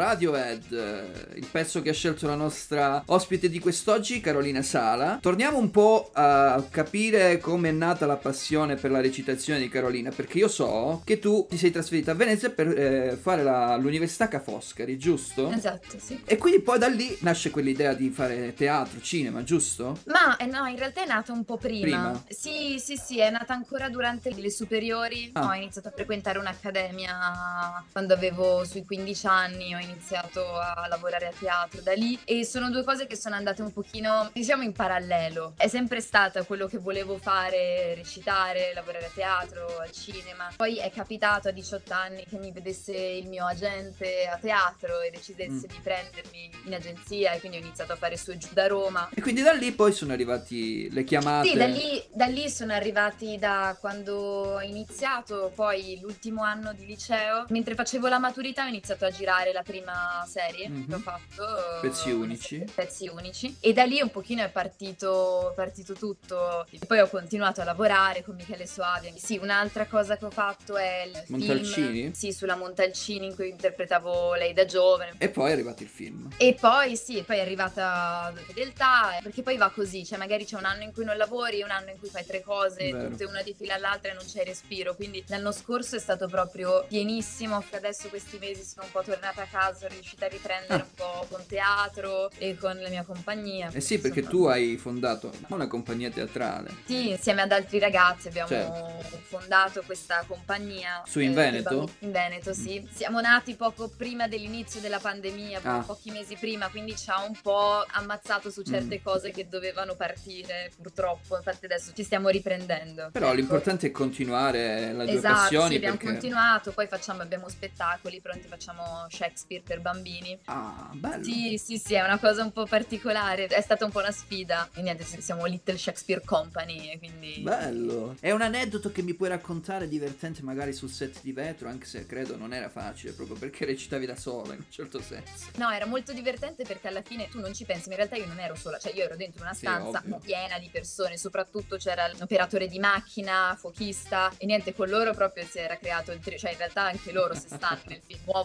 Radiohead, il pezzo che ha scelto la nostra ospite di quest'oggi, Carolina Sala. Torniamo un po' a capire come è nata la passione per la recitazione di Carolina, perché io so che tu ti sei trasferita a Venezia per fare l'università Ca' Foscari, giusto? Esatto, sì. E quindi poi da lì nasce quell'idea di fare teatro, cinema, giusto? Ma no, in realtà è nata un po' prima. Prima? Sì, è nata ancora durante le superiori. Ho iniziato a frequentare un'accademia quando avevo sui 15 anni, ho iniziato a lavorare a teatro da lì, e sono due cose che sono andate un pochino, diciamo, in parallelo. È sempre stata quello che volevo fare, recitare, lavorare a teatro, al cinema. Poi è capitato a 18 anni che mi vedesse il mio agente a teatro e decidesse di prendermi in agenzia, e quindi ho iniziato a fare su e giù da Roma. E quindi da lì poi sono arrivati le chiamate. Sì, da lì sono arrivati da quando ho iniziato, poi l'ultimo anno di liceo. Mentre facevo la maturità ho iniziato a girare la prima serie che ho fatto. Pezzi unici. Pezzi unici. E da lì un pochino è partito tutto. E poi ho continuato a lavorare con Michele Soavi. Sì, un'altra cosa che ho fatto è il Montalcini? film. Sì, sulla Montalcini, in cui interpretavo lei da giovane. E poi è arrivato il film. E poi poi è arrivata Fedeltà, perché poi va così, cioè magari c'è un anno in cui non lavori, un anno in cui fai 3 cose, Vero. tutte una di fila all'altra e non c'è respiro, quindi l'anno scorso è stato proprio pienissimo, adesso questi mesi sono un po' tornata a casa, sono riuscita a riprendere un po' con teatro e con la mia compagnia. Eh sì, perché tu hai fondato una compagnia teatrale. Sì, insieme ad altri ragazzi abbiamo Certo. fondato questa compagnia. Su in Veneto? In Veneto, sì. Siamo nati poco prima dell'inizio della pandemia, pochi mesi prima, quindi ci ha un po' ammazzato su certe cose che dovevano partire, purtroppo. Infatti adesso ci stiamo riprendendo. Però Ecco. l'importante è continuare le due Esatto, passioni, sì, abbiamo perché... continuato, poi abbiamo spettacoli pronti, facciamo Shakespeare per bambini. Ah, bello. Sì, è una cosa un po' particolare, è stata un po' una sfida. E niente, siamo Little Shakespeare Company, e quindi... Bello. È un aneddoto che mi puoi raccontare divertente magari sul set di Vetro, anche se credo non era facile, proprio perché recitavi da sola in un certo senso. No, era molto divertente perché alla fine tu non ci pensi, ma in realtà io non ero sola, cioè io ero dentro una stanza ovvio. piena di persone, soprattutto c'era l'operatore di macchina, fuochista, e niente, con loro proprio si era creato il trio, cioè in realtà anche loro se stanno nel film, muovono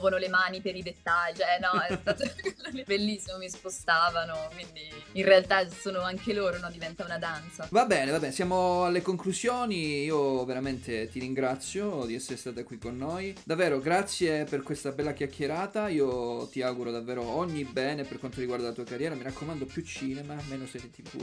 muovono le mani per i dettagli, cioè no, è stato bellissimo, mi spostavano, quindi in realtà sono anche loro, no, diventa una danza. Va bene, siamo alle conclusioni. Io veramente ti ringrazio di essere stata qui con noi. Davvero, grazie per questa bella chiacchierata. Io ti auguro davvero ogni bene per quanto riguarda la tua carriera. Mi raccomando, più cinema, meno serie TV.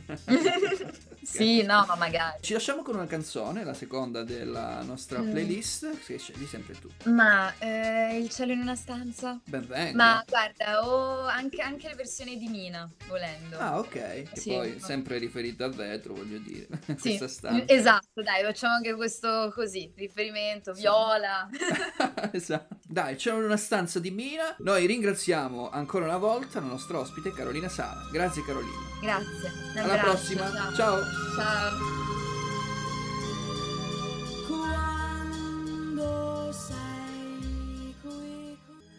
Sì, no, ma magari. Ci lasciamo con una canzone, la seconda della nostra playlist, che scegli sempre tu. Ma Il cielo in una stanza? Ben venga. Ma guarda, o anche le versioni di Mina, volendo. Ah, ok. Che Sì. poi sempre riferito al vetro, voglio dire. Sì, Questa stanza. esatto, dai, facciamo anche questo così, riferimento, viola. Esatto. Dai, c'è una stanza di Mina. Noi ringraziamo ancora una volta la nostra ospite Carolina Sala. Grazie Carolina. Grazie. Un Alla abbraccio, prossima. Ciao. Ciao. Ciao. Quando sei qui.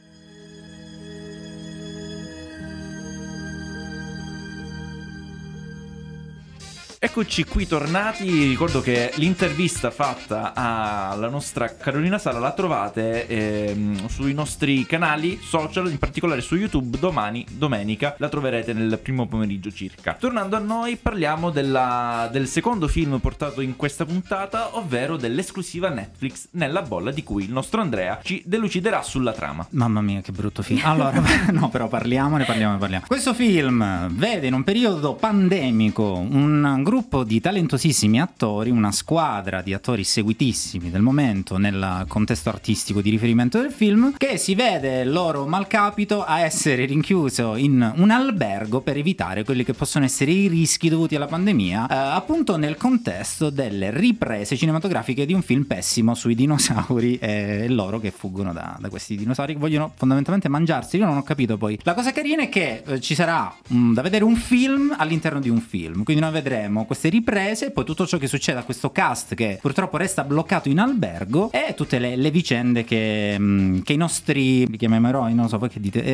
Eccoci qui tornati. Ricordo che l'intervista fatta alla nostra Carolina Sala la trovate sui nostri canali social, in particolare su YouTube. Domenica la troverete nel primo pomeriggio circa. Tornando a noi, parliamo del secondo film portato in questa puntata, ovvero dell'esclusiva Netflix Nella bolla, di cui il nostro Andrea ci deluciderà sulla trama. Mamma mia, che brutto film. Allora, no, però parliamone. Questo film vede in un periodo pandemico un gruppo di talentosissimi attori, una squadra di attori seguitissimi del momento nel contesto artistico di riferimento del film, che si vede il loro malcapito a essere rinchiuso in un albergo per evitare quelli che possono essere i rischi dovuti alla pandemia, appunto nel contesto delle riprese cinematografiche di un film pessimo sui dinosauri e loro che fuggono da questi dinosauri che vogliono fondamentalmente mangiarsi. Io non ho capito poi. La cosa carina è che ci sarà da vedere un film all'interno di un film, quindi noi vedremo queste riprese e poi tutto ciò che succede a questo cast che purtroppo resta bloccato in albergo, e tutte le vicende che i nostri, li chiamiamo eroi, non so voi che dite,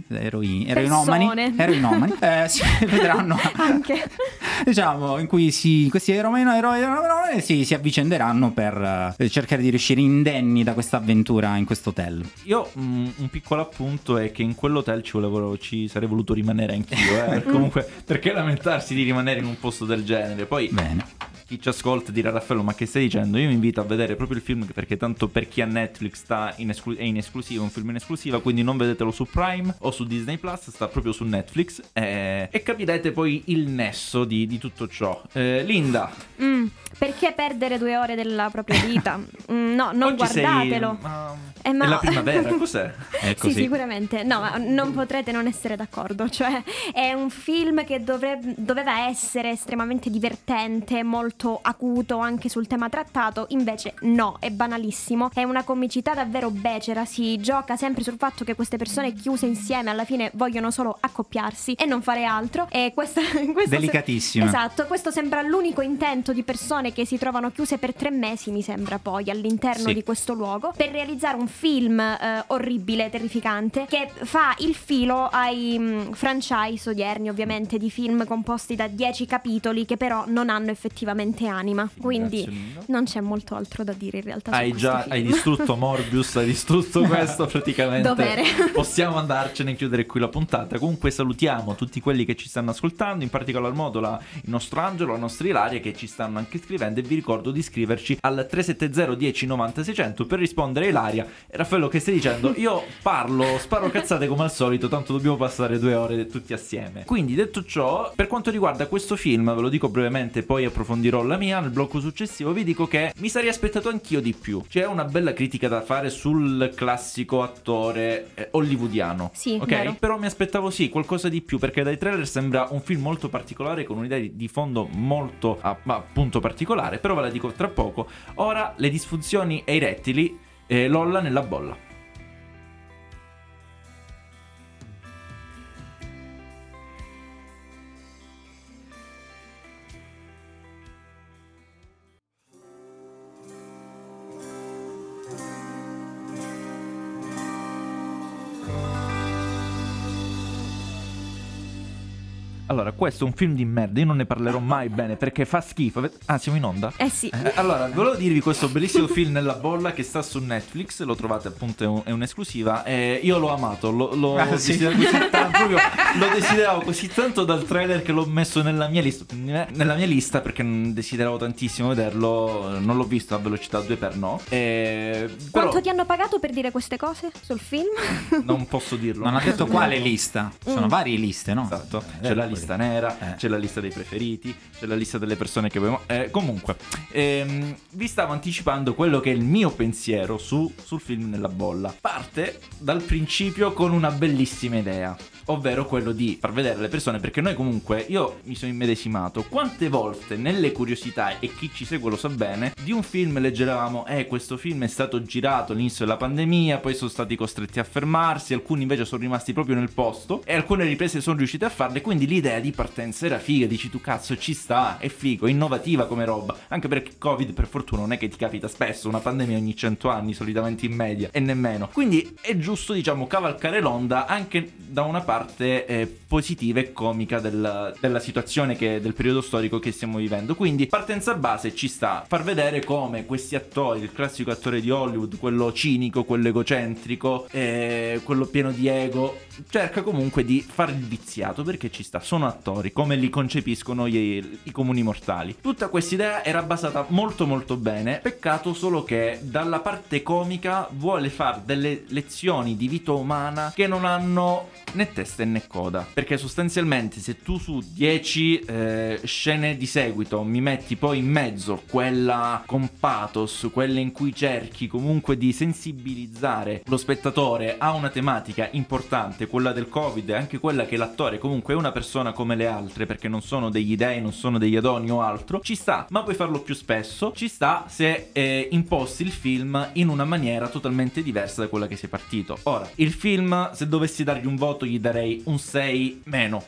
eroinomani si vedranno Anche. diciamo, in cui questi eroi si avvicenderanno per cercare di riuscire indenni da questa avventura in questo hotel. Io un piccolo appunto è che in quell'hotel ci sarei voluto rimanere anch'io, comunque, perché lamentarsi di rimanere in un posto del genere? Poi bene, chi ci ascolta dirà: Raffaello, ma che stai dicendo? Io vi invito a vedere proprio il film, perché tanto per chi ha Netflix è in esclusiva, un film in esclusiva, quindi non vedetelo su Prime o su Disney Plus, sta proprio su Netflix, e capirete poi il nesso di tutto ciò. Linda, perché perdere 2 ore della propria vita? No, non oggi guardatelo. È la primavera, cos'è? È così. Sì, sicuramente. No, ma non potrete non essere d'accordo. Cioè, è un film che doveva essere estremamente divertente, molto acuto anche sul tema trattato. Invece no, è banalissimo. È una comicità davvero becera. Si gioca sempre sul fatto che queste persone chiuse insieme alla fine vogliono solo accoppiarsi e non fare altro. E questa delicatissima. Esatto, questo sembra l'unico intento di persone che si trovano chiuse per 3 mesi, mi sembra, poi all'interno di questo luogo, per realizzare un film orribile, terrificante, che fa il filo ai franchise odierni, ovviamente, di film composti da 10 capitoli che però non hanno effettivamente anima. Quindi non c'è molto altro da dire in realtà. Hai distrutto Morbius, hai distrutto questo praticamente. Dovere. Possiamo andarcene e chiudere qui la puntata. Comunque salutiamo tutti quelli che ci stanno ascoltando, in particolar modo il nostro Angelo, la nostra Ilaria, che ci stanno anche scrivendo, e vi ricordo di iscriverci al 370 10 90 600 per rispondere a Ilaria. Raffaello, che stai dicendo? Io sparo cazzate come al solito, tanto dobbiamo passare 2 ore tutti assieme. Quindi, detto ciò, per quanto riguarda questo film, ve lo dico brevemente, poi approfondirò la mia nel blocco successivo. Vi dico che mi sarei aspettato anch'io di più. C'è una bella critica da fare sul classico attore hollywoodiano, sì, ok? vero. Però mi aspettavo qualcosa di più, perché dai trailer sembra un film molto particolare, con un'idea di fondo molto appunto particolare. Però ve la dico tra poco. Ora, le disfunzioni e i rettili, Lolla nella bolla. Allora, questo è un film di merda, io non ne parlerò mai bene perché fa schifo. Ah, siamo in onda? Eh sì. Allora, volevo dirvi questo bellissimo film Nella bolla che sta su Netflix, lo trovate appunto, è un'esclusiva, e io l'ho amato, l'ho sì. desiderato così tanto, proprio, lo desideravo così tanto dal trailer che l'ho messo nella mia lista perché desideravo tantissimo vederlo, non l'ho visto a velocità 2x no. Quanto Però ti hanno pagato per dire queste cose sul film? non posso dirlo. Non ha detto quale lista. Sono varie liste, no? Esatto, c'è la lista nera, c'è la lista dei preferiti, c'è la lista delle persone che abbiamo. Comunque, vi stavo anticipando quello che è il mio pensiero sul film Nella bolla. Parte dal principio con una bellissima idea, ovvero quello di far vedere alle persone, perché noi comunque, io mi sono immedesimato quante volte nelle curiosità, e chi ci segue lo sa bene, di un film leggeravamo questo film è stato girato all'inizio della pandemia, poi sono stati costretti a fermarsi, alcuni invece sono rimasti proprio nel posto e alcune riprese sono riusciti a farle, quindi l'idea di partenza era figa, dici tu cazzo ci sta, è figo, è innovativa come roba, anche perché Covid per fortuna non è che ti capita spesso, una pandemia ogni 100 anni solitamente in media, e nemmeno, quindi è giusto diciamo cavalcare l'onda anche da una parte positiva e comica della situazione del periodo storico che stiamo vivendo, quindi partenza base ci sta, far vedere come questi attori, il classico attore di Hollywood, quello cinico, quello egocentrico, quello pieno di ego, cerca comunque di fare il viziato, perché ci sta, sono attori, come li concepiscono i comuni mortali. Tutta questa idea era basata molto molto bene, peccato solo che dalla parte comica vuole fare delle lezioni di vita umana che non hanno né testa né coda, perché sostanzialmente se tu su 10 scene di seguito mi metti poi in mezzo quella con pathos, quelle in cui cerchi comunque di sensibilizzare lo spettatore a una tematica importante, quella del Covid, e anche quella che l'attore comunque è una persona come le altre, perché non sono degli dei, non sono degli adoni o altro, ci sta, ma puoi farlo più spesso, ci sta se imposti il film in una maniera totalmente diversa da quella che sei partito. Ora, il film, se dovessi dargli un voto, gli darei un 6 meno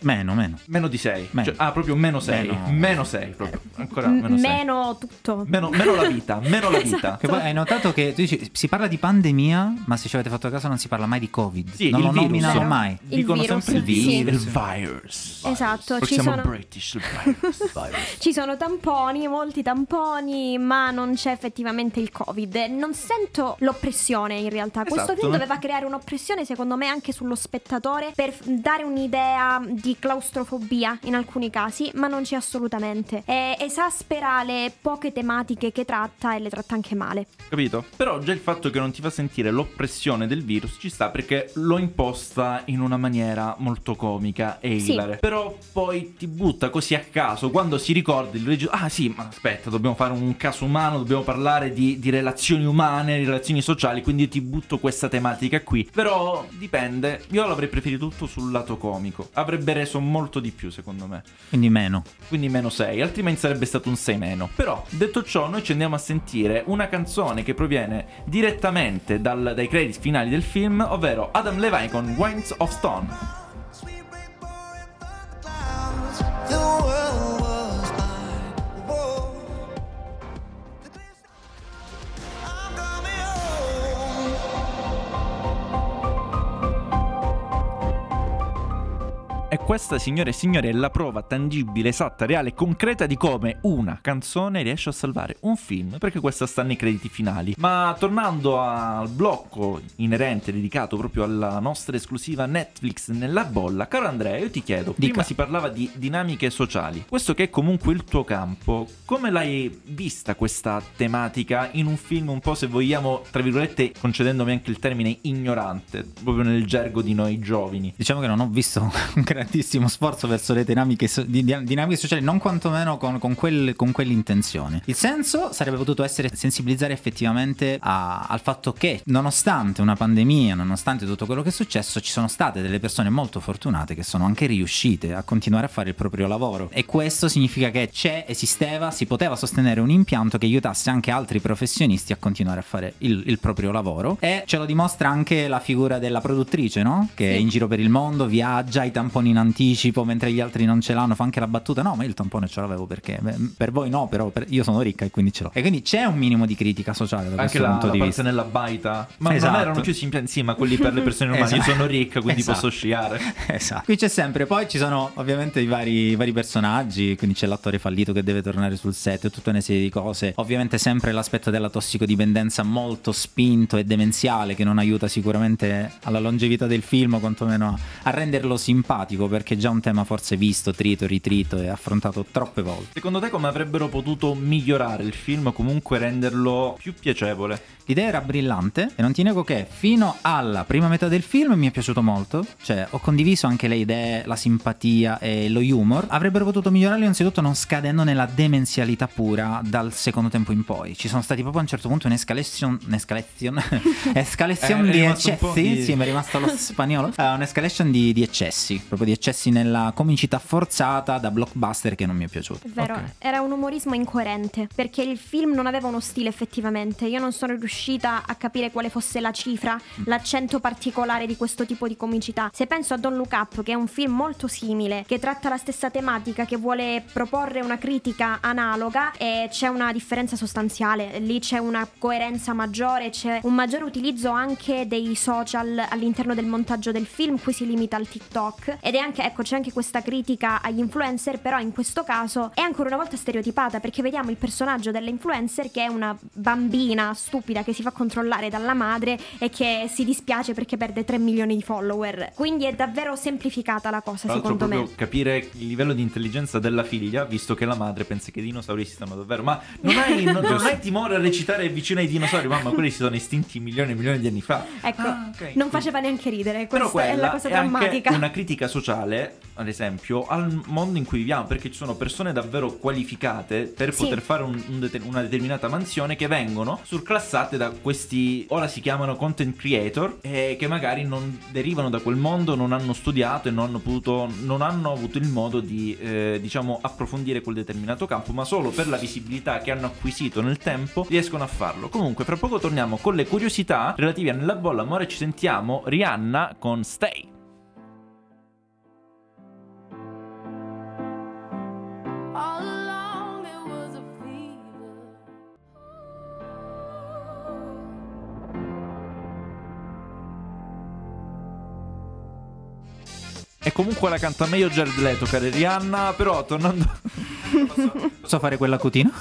di 6, cioè, proprio meno 6, meno 6 proprio, ancora meno 6, meno tutto, meno la vita, meno la vita. Esatto. Che poi hai notato che tu dici si parla di pandemia, ma se ci avete fatto caso non si parla mai di Covid, sì, non il lo virus, nominano vero? mai. Il Dicono virus, sempre il sì. virus. Esatto, Perché ci siamo sono British, il virus. ci sono tamponi, molti tamponi, ma non c'è effettivamente il Covid. Non sento l'oppressione in realtà. Questo Esatto. film doveva creare un'oppressione secondo me anche sullo spettatore, per dare un'idea di claustrofobia in alcuni casi, ma non c'è assolutamente. Esaspera le poche tematiche che tratta e le tratta anche male. Capito? Però già il fatto che non ti fa sentire l'oppressione del virus ci sta, perché lo imposta in una maniera molto comica e Sì. ilare. Però poi ti butta così a caso quando si ricorda il regista. Ah sì, ma aspetta, dobbiamo fare un caso umano, dobbiamo parlare di relazioni umane, relazioni sociali, quindi io ti butto questa tematica qui. Però dipende, io l'avrei preferito tutto sul lato comico, avrebbe reso molto di più secondo me, Quindi meno. quindi meno 6, altrimenti sarebbe stato un 6 meno. Però detto ciò, noi ci andiamo a sentire una canzone che proviene direttamente dai credits finali del film, ovvero Adam Levine con Winds of Stone. The world was mine. Whoa. I'm coming home. E questa, signore e signori, è la prova tangibile, esatta, reale e concreta di come una canzone riesce a salvare un film, perché questa sta nei crediti finali. Ma tornando al blocco inerente, dedicato proprio alla nostra esclusiva Netflix Nella bolla, caro Andrea, io ti chiedo, prima si parlava di dinamiche sociali, questo che è comunque il tuo campo, come l'hai vista questa tematica in un film un po', se vogliamo, tra virgolette, concedendomi anche il termine ignorante, proprio nel gergo di noi giovani? Diciamo che non ho visto un grandissimo sforzo verso le dinamiche sociali, non quantomeno con quell'intenzione. Il senso sarebbe potuto essere sensibilizzare effettivamente al fatto che, nonostante una pandemia, nonostante tutto quello che è successo, ci sono state delle persone molto fortunate che sono anche riuscite a continuare a fare il proprio lavoro, e questo significa che si poteva sostenere un impianto che aiutasse anche altri professionisti a continuare a fare il proprio lavoro, e ce lo dimostra anche la figura della produttrice, no? Che è in giro per il mondo, viaggia, i tamponi in anticipo mentre gli altri non ce l'hanno, fa anche la battuta no ma io il tampone ce l'avevo perché per voi no, però io sono ricca e quindi ce l'ho, e quindi c'è un minimo di critica sociale da Anche questo punto la di parte vista. nella baita. Ma Esatto. non erano chiusi impianti, sì, ma quelli per le persone normali. Io Esatto. sono ricca, quindi Esatto. posso sciare. Esatto. Qui c'è sempre, poi ci sono ovviamente i vari personaggi, quindi c'è l'attore fallito che deve tornare sul set e tutta una serie di cose. Ovviamente sempre l'aspetto della tossicodipendenza molto spinto e demenziale che non aiuta sicuramente alla longevità del film, quantomeno a renderlo simpatico, perché è già un tema forse visto, trito, ritrito e affrontato troppe volte. Secondo te come avrebbero potuto migliorare il film, comunque renderlo più piacevole? L'idea era brillante e non ti nego che fino alla prima metà del film mi è piaciuto molto, cioè ho condiviso anche le idee, la simpatia e lo humor. Avrebbero potuto migliorarlo innanzitutto non scadendo nella demenzialità pura dal secondo tempo in poi. Ci sono stati proprio a un certo punto un'escalation di eccessi, sì mi è rimasto lo spagnolo, un'escalation di eccessi, proprio di eccessi nella comicità forzata da blockbuster che non mi è piaciuto. È vero, Ok. era un umorismo incoerente, perché il film non aveva uno stile effettivamente. Io non sono riuscita a capire quale fosse la cifra, l'accento particolare di questo tipo di comicità. Se penso a Don't Look Up, che è un film molto simile, che tratta la stessa tematica, che vuole proporre una critica analoga, e c'è una differenza sostanziale. Lì c'è una coerenza maggiore, c'è un maggiore utilizzo anche dei social all'interno del montaggio del film. Qui si limita al TikTok, ed è anche, ecco, c'è anche questa critica agli influencer, però in questo caso è ancora una volta stereotipata, perché vediamo il personaggio dell'influencer che è una bambina stupida che si fa controllare dalla madre e che si dispiace perché perde 3 milioni di follower. Quindi è davvero semplificata la cosa, Tra l'altro secondo proprio me. capire il livello di intelligenza della figlia, visto che la madre pensa che i dinosauri esistano davvero. Ma non hai timore a recitare vicino ai dinosauri? Mamma, quelli si sono estinti milioni e milioni di anni fa. Ecco, ok. non faceva neanche ridere, Però questa è la cosa è anche drammatica. una critica sociale, ad esempio, al mondo in cui viviamo, perché ci sono persone davvero qualificate per Sì. poter fare una determinata mansione, che vengono surclassate da questi, ora si chiamano content creator, che magari non derivano da quel mondo, non hanno studiato e non hanno avuto il modo di diciamo approfondire quel determinato campo, ma solo per la visibilità che hanno acquisito nel tempo riescono a farlo. Comunque fra poco torniamo con le curiosità relative a Nella Bolla Amore. Ci sentiamo Rihanna con Stay. All along it was a fever. E comunque la canta meglio Jared Leto, cara Rihanna. Però tornando Posso fare quella cutina?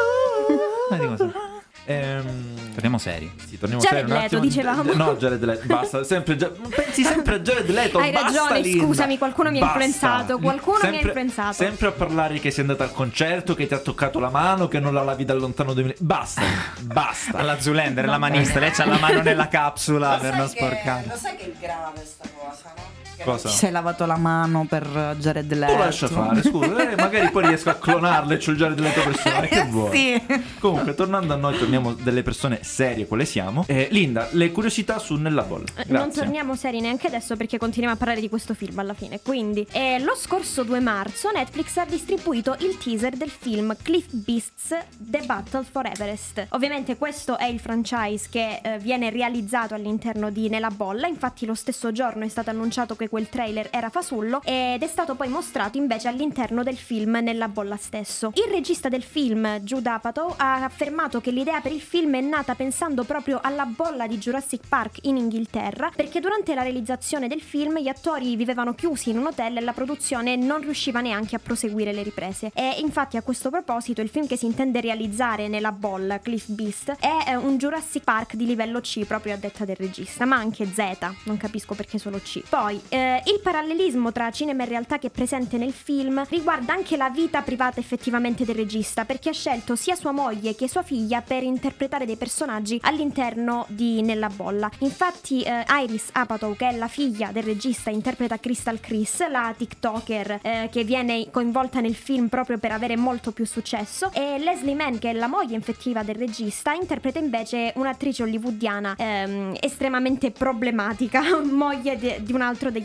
Torniamo seri. Sì, torniamo Jared seri un Leto, attimo. dicevamo. No, Jared Leto, basta. Pensi sempre a Jared Leto. Hai basta, ragione, Linda. scusami, qualcuno mi ha Basta. influenzato, qualcuno mi ha influenzato. Sempre a parlare che sei andata al concerto, che ti ha toccato la mano, che non la lavi da lontano 2000. Basta, basta. Alla Zulander, la manista, lei c'ha la mano nella capsula per non sporcare. Lo sai che è grave sta cosa, no? Cosa? Ti sei lavato la mano per Jared Leto. Tu lascia fare, scusa, magari poi riesco a clonarle e c'ho il Jared Leto personale, che vuoi? Sì. Comunque, tornando a noi, torniamo delle persone serie, quale siamo. Linda, le curiosità su Nella Bolla. Grazie. Non torniamo seri neanche adesso, perché continuiamo a parlare di questo film alla fine. Quindi, lo scorso 2 marzo Netflix ha distribuito il teaser del film Cliff Beasts The Battle for Everest. Ovviamente questo è il franchise che viene realizzato all'interno di Nella Bolla. Infatti lo stesso giorno è stato annunciato che quel trailer era fasullo, ed è stato poi mostrato invece all'interno del film Nella Bolla stesso. Il regista del film, Judd Apatow, ha affermato che l'idea per il film è nata pensando proprio alla bolla di Jurassic Park in Inghilterra, perché durante la realizzazione del film gli attori vivevano chiusi in un hotel e la produzione non riusciva neanche a proseguire le riprese. E infatti a questo proposito il film che si intende realizzare Nella Bolla, Cliff Beast, è un Jurassic Park di livello C, proprio a detta del regista, ma anche Z, non capisco perché solo C. Poi il parallelismo tra cinema e realtà che è presente nel film riguarda anche la vita privata effettivamente del regista, perché ha scelto sia sua moglie che sua figlia per interpretare dei personaggi all'interno di Nella Bolla. Infatti Iris Apatow, che è la figlia del regista, interpreta Crystal Chris, la TikToker che viene coinvolta nel film proprio per avere molto più successo, e Leslie Mann, che è la moglie effettiva del regista, interpreta invece un'attrice hollywoodiana estremamente problematica, moglie di un altro degli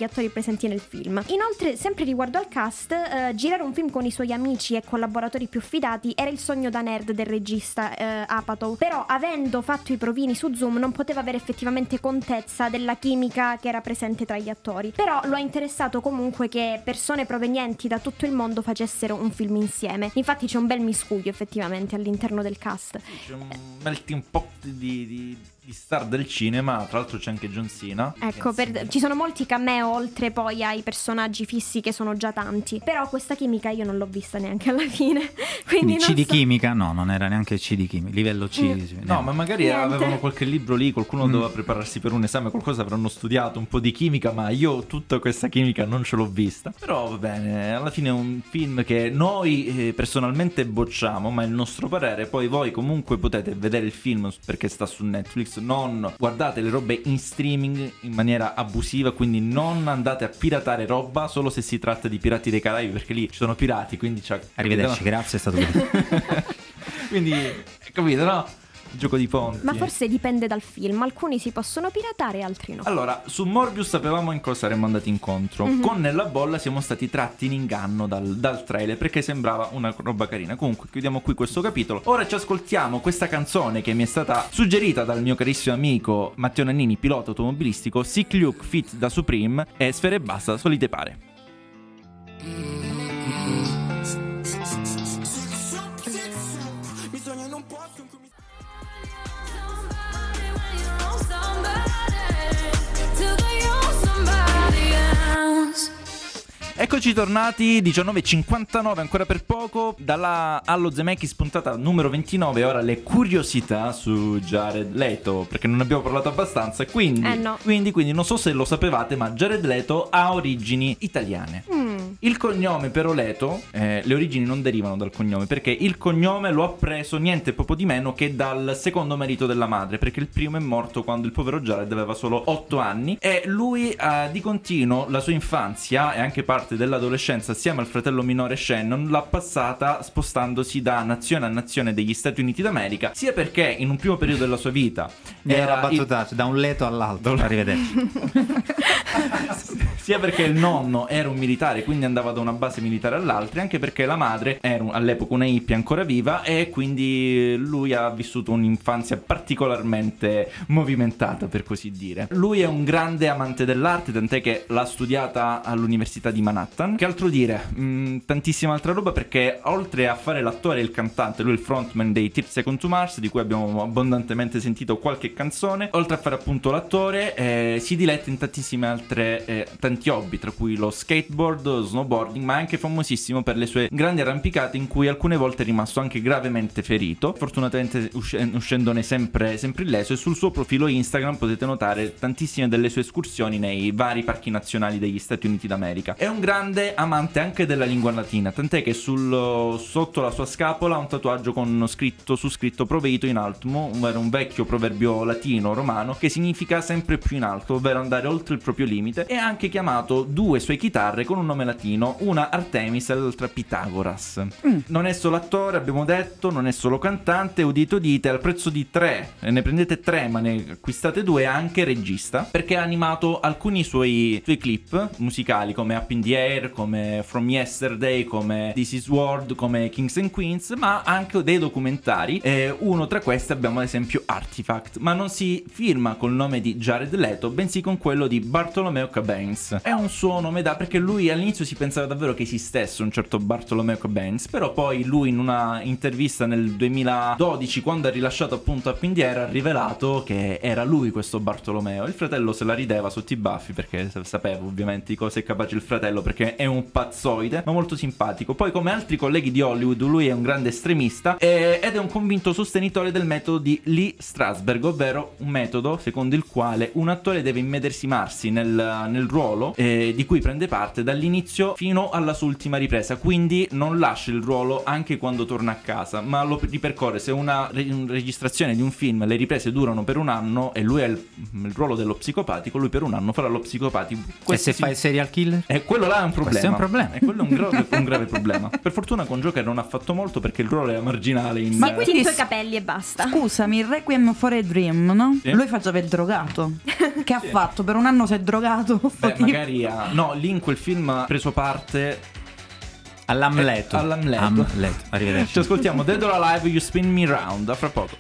degli attori presenti nel film. Inoltre, sempre riguardo al cast, girare un film con i suoi amici e collaboratori più fidati era il sogno da nerd del regista Apatow, però avendo fatto i provini su Zoom non poteva avere effettivamente contezza della chimica che era presente tra gli attori, però lo ha interessato comunque che persone provenienti da tutto il mondo facessero un film insieme. Infatti c'è un bel miscuglio effettivamente all'interno del cast. C'è un melting pot di star del cinema, tra l'altro c'è anche John Cena. Ecco, ci sono molti cameo oltre poi ai personaggi fissi che sono già tanti, però questa chimica io non l'ho vista neanche alla fine. Quindi C di chimica? No, non era neanche C di chimica, livello C. No, ma magari avevano qualche libro lì, qualcuno doveva prepararsi per un esame, qualcosa avranno studiato, un po' di chimica, ma io tutta questa chimica non ce l'ho vista. Però va bene, alla fine è un film che noi personalmente bocciamo, ma è il nostro parere. Poi voi comunque potete vedere il film perché sta su Netflix, non guardate le robe in streaming in maniera abusiva, quindi non andate a piratare roba solo se si tratta di Pirati dei Caraibi, perché lì ci sono pirati, quindi arrivederci, grazie, è stato bene. Quindi capito, no? Gioco di ponti. Ma forse dipende dal film, alcuni si possono piratare, altri no. Allora, su Morbius sapevamo in cosa saremmo andati incontro. Con Nella Bolla siamo stati tratti in inganno dal trailer, perché sembrava una roba carina. Comunque chiudiamo qui questo capitolo. Ora ci ascoltiamo questa canzone che mi è stata suggerita dal mio carissimo amico Matteo Nannini, pilota automobilistico, Sick Luke Fit da Supreme e Sfere e Basta, Solite Pare. Eccoci tornati, 19.59 ancora per poco, dalla Allo Zemeckis puntata numero 29, ora le curiosità su Jared Leto, perché non abbiamo parlato abbastanza, quindi, no. quindi non so se lo sapevate, ma Jared Leto ha origini italiane. Il cognome però Leto, le origini non derivano dal cognome, perché il cognome lo ha preso niente poco di meno che dal secondo marito della madre, perché il primo è morto quando il povero Jared aveva solo 8 anni e lui di continuo la sua infanzia e anche parte dell'adolescenza assieme al fratello minore Shannon l'ha passata spostandosi da nazione a nazione degli Stati Uniti d'America, sia perché in un primo periodo della sua vita era battutaccia da un letto all'altro, arrivederci. Sia perché il nonno era un militare, quindi andava da una base militare all'altra, anche perché la madre era all'epoca una hippie ancora viva e quindi lui ha vissuto un'infanzia particolarmente movimentata, per così dire. Lui è un grande amante dell'arte, tant'è che l'ha studiata all'università di Manhattan. Che altro dire? Tantissima altra roba, perché oltre a fare l'attore e il cantante, lui è il frontman dei 30 Seconds to Mars, di cui abbiamo abbondantemente sentito qualche canzone. Oltre a fare appunto l'attore, si diletta in tantissime altre tanti hobby, tra cui lo skateboard, snowboarding, ma è anche famosissimo per le sue grandi arrampicate in cui alcune volte è rimasto anche gravemente ferito, fortunatamente uscendone sempre illeso, e sul suo profilo Instagram potete notare tantissime delle sue escursioni nei vari parchi nazionali degli Stati Uniti d'America. È un grande amante anche della lingua latina, tant'è che sotto la sua scapola ha un tatuaggio con scritto Proveito in altum, ovvero un vecchio proverbio latino romano che significa sempre più in alto, ovvero andare oltre il proprio limite. E ha anche chiamato due sue chitarre con un nome latino, una Artemis e l'altra Pitagoras. Non è solo attore, abbiamo detto, non è solo cantante, udite udite, al prezzo di 3, ne prendete 3 ma ne acquistate 2, anche regista, perché ha animato alcuni suoi clip musicali come Up in the Air, come From Yesterday, come This Is World, come Kings and Queens, ma anche dei documentari. Uno tra questi abbiamo ad esempio Artifact, ma non si firma col nome di Jared Leto, bensì con quello di Bartolomeo Cabans. È un suo nome perché lui all'inizio si pensava davvero che esistesse un certo Bartolomeo Cabans, però poi lui in una intervista nel 2012, quando ha rilasciato appunto Up in the Air, ha rivelato che era lui questo Bartolomeo. Il fratello se la rideva sotto i baffi, perché sapeva ovviamente di cosa è capace il fratello, perché è un pazzoide ma molto simpatico. Poi, come altri colleghi di Hollywood, lui è un grande estremista ed è un convinto sostenitore del metodo di Lee Strasberg, ovvero un metodo secondo il quale un attore deve immedesimarsi nel ruolo di cui prende parte dall'inizio fino alla sua ultima ripresa, quindi non lascia il ruolo anche quando torna a casa, ma lo ripercorre. Se una registrazione di un film, le riprese durano per un anno e lui ha il ruolo dello psicopatico, lui per un anno farà lo psicopatico. E se fa il serial killer? Quello là è un problema. Questo è un problema. E quello è un grave problema. Per fortuna con Joker non ha fatto molto, perché il ruolo era marginale in... Ma quindi i tuoi capelli e basta. Scusami, Requiem for a Dream, no? Sì. Lui faceva il drogato. Che ha fatto? Per un anno si è drogato. Beh, magari no, lì in quel film ha preso parte all'Amleto. Arrivederci. Ci ascoltiamo Dead or Alive, You Spin Me Round. A fra poco.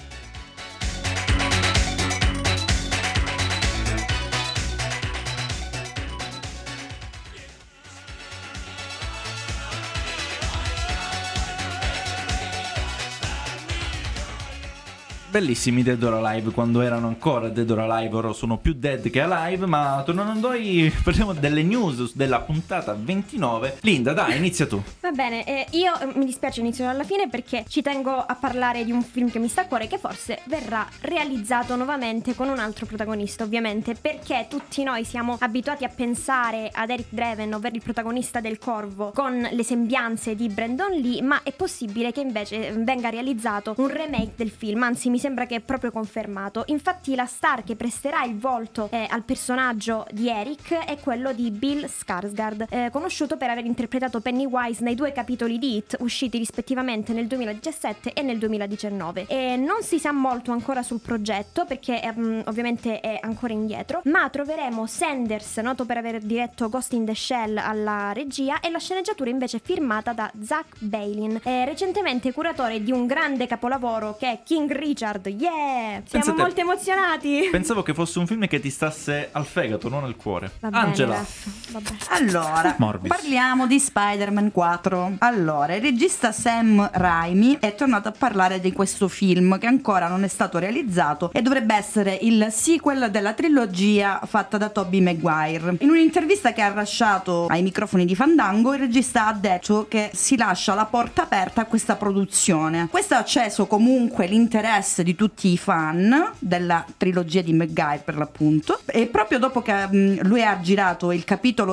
Bellissimi Dead or Alive quando erano ancora Dead or Alive, ora sono più dead che alive. Ma tornando a noi, parliamo delle news della puntata 29. Linda, dai, inizia tu. Va bene, io mi dispiace inizio dalla fine perché ci tengo a parlare di un film che mi sta a cuore, che forse verrà realizzato nuovamente con un altro protagonista, ovviamente, perché tutti noi siamo abituati a pensare ad Eric Draven, ovvero il protagonista del Corvo, con le sembianze di Brandon Lee, ma è possibile che invece venga realizzato un remake del film, anzi mi sembra che è proprio confermato. Infatti la star che presterà il volto al personaggio di Eric è quello di Bill Skarsgård, conosciuto per aver interpretato Pennywise nei 2 capitoli di It usciti rispettivamente nel 2017 e nel 2019. E non si sa molto ancora sul progetto perché ovviamente è ancora indietro, ma troveremo Sanders, noto per aver diretto Ghost in the Shell, alla regia, e la sceneggiatura invece firmata da Zach Bailin, recentemente curatore di un grande capolavoro che è King Richard. Yeah! Siamo molto emozionati. Pensavo che fosse un film che ti stasse al fegato, non al cuore. Va bene, Angela. vabbè. Allora, Morbid. parliamo di Spider-Man 4. Allora, il regista Sam Raimi è tornato a parlare di questo film che ancora non è stato realizzato e dovrebbe essere il sequel della trilogia fatta da Tobey Maguire. In un'intervista che ha rilasciato ai microfoni di Fandango, il regista ha detto che si lascia la porta aperta a questa produzione. Questo ha acceso comunque l'interesse di tutti i fan della trilogia di Maguire, per l'appunto, e proprio dopo che lui ha girato il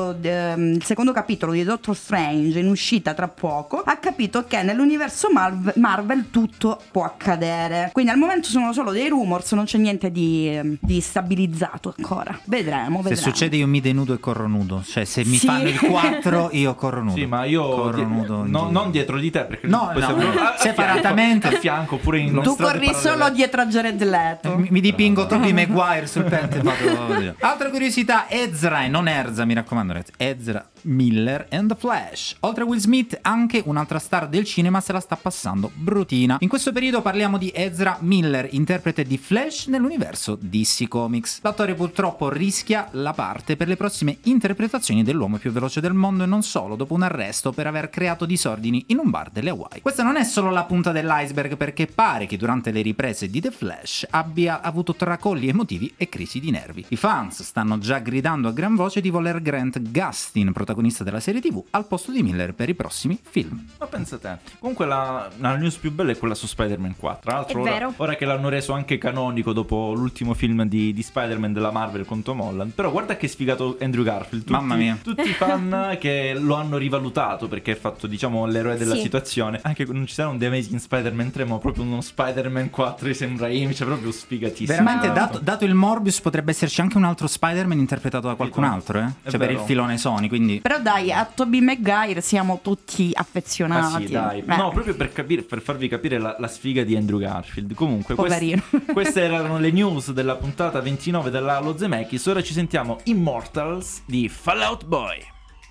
secondo capitolo di Doctor Strange, in uscita tra poco, ha capito che nell'universo Marvel tutto può accadere. Quindi al momento sono solo dei rumors, non c'è niente di stabilizzato ancora. Vedremo. Se succede io mi denudo e corro nudo. Cioè se mi fanno il 4 io corro nudo. Sì, ma io corro nudo non dietro di te, perché separatamente a fianco, oppure in tu corri solo dietro a Jared Leto. Mi dipingo Tobey Maguire sul petto e vado. Altra curiosità, Ezra, e non Erza, mi raccomando ragazzi, Ezra Miller and The Flash. Oltre a Will Smith, anche un'altra star del cinema se la sta passando brutina. In questo periodo parliamo di Ezra Miller, interprete di Flash nell'universo DC Comics. L'attore purtroppo rischia la parte per le prossime interpretazioni dell'uomo più veloce del mondo, e non solo, dopo un arresto per aver creato disordini in un bar delle Hawaii. Questa non è solo la punta dell'iceberg, perché pare che durante le riprese di The Flash abbia avuto tracolli emotivi e crisi di nervi. I fans stanno già gridando a gran voce di voler Grant Gustin, protagonista della serie TV, al posto di Miller per i prossimi film. Ma pensa te. Comunque la news più bella è quella su Spider-Man 4. Tra l'altro ora che l'hanno reso anche canonico dopo l'ultimo film di Spider-Man della Marvel con Tom Holland. Però guarda che sfigato Andrew Garfield. Mamma mia. Tutti i fan che lo hanno rivalutato perché è fatto, diciamo, l'eroe della situazione. Anche non ci sarà un The Amazing Spider-Man 3, ma proprio uno Spider-Man 4 di Sam Raimi, cioè proprio sfigatissimo. Veramente, dato il Morbius, potrebbe esserci anche un altro Spider-Man interpretato da qualcun altro, Cioè per il filone Sony, quindi. Però dai, a Tobey Maguire siamo tutti affezionati. Ah sì, dai. No, proprio per farvi capire la sfiga di Andrew Garfield. Comunque, queste erano le news della puntata 29 della Lo Zemeckis. Ora ci sentiamo Immortals di Fall Out Boy.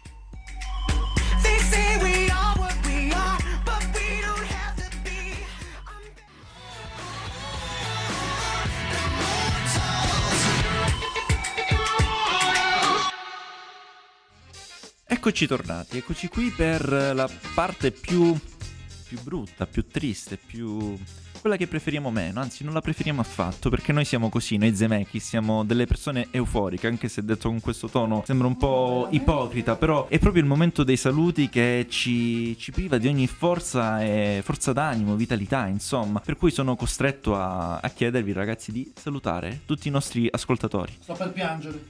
Eccoci tornati, eccoci qui per la parte più brutta, più triste, più quella che preferiamo meno, anzi non la preferiamo affatto, perché noi siamo così, noi Zemeckis siamo delle persone euforiche, anche se detto con questo tono sembra un po' ipocrita, però è proprio il momento dei saluti che ci priva di ogni forza e forza d'animo, vitalità, insomma, per cui sono costretto a chiedervi, ragazzi, di salutare tutti i nostri ascoltatori. Sto per piangere.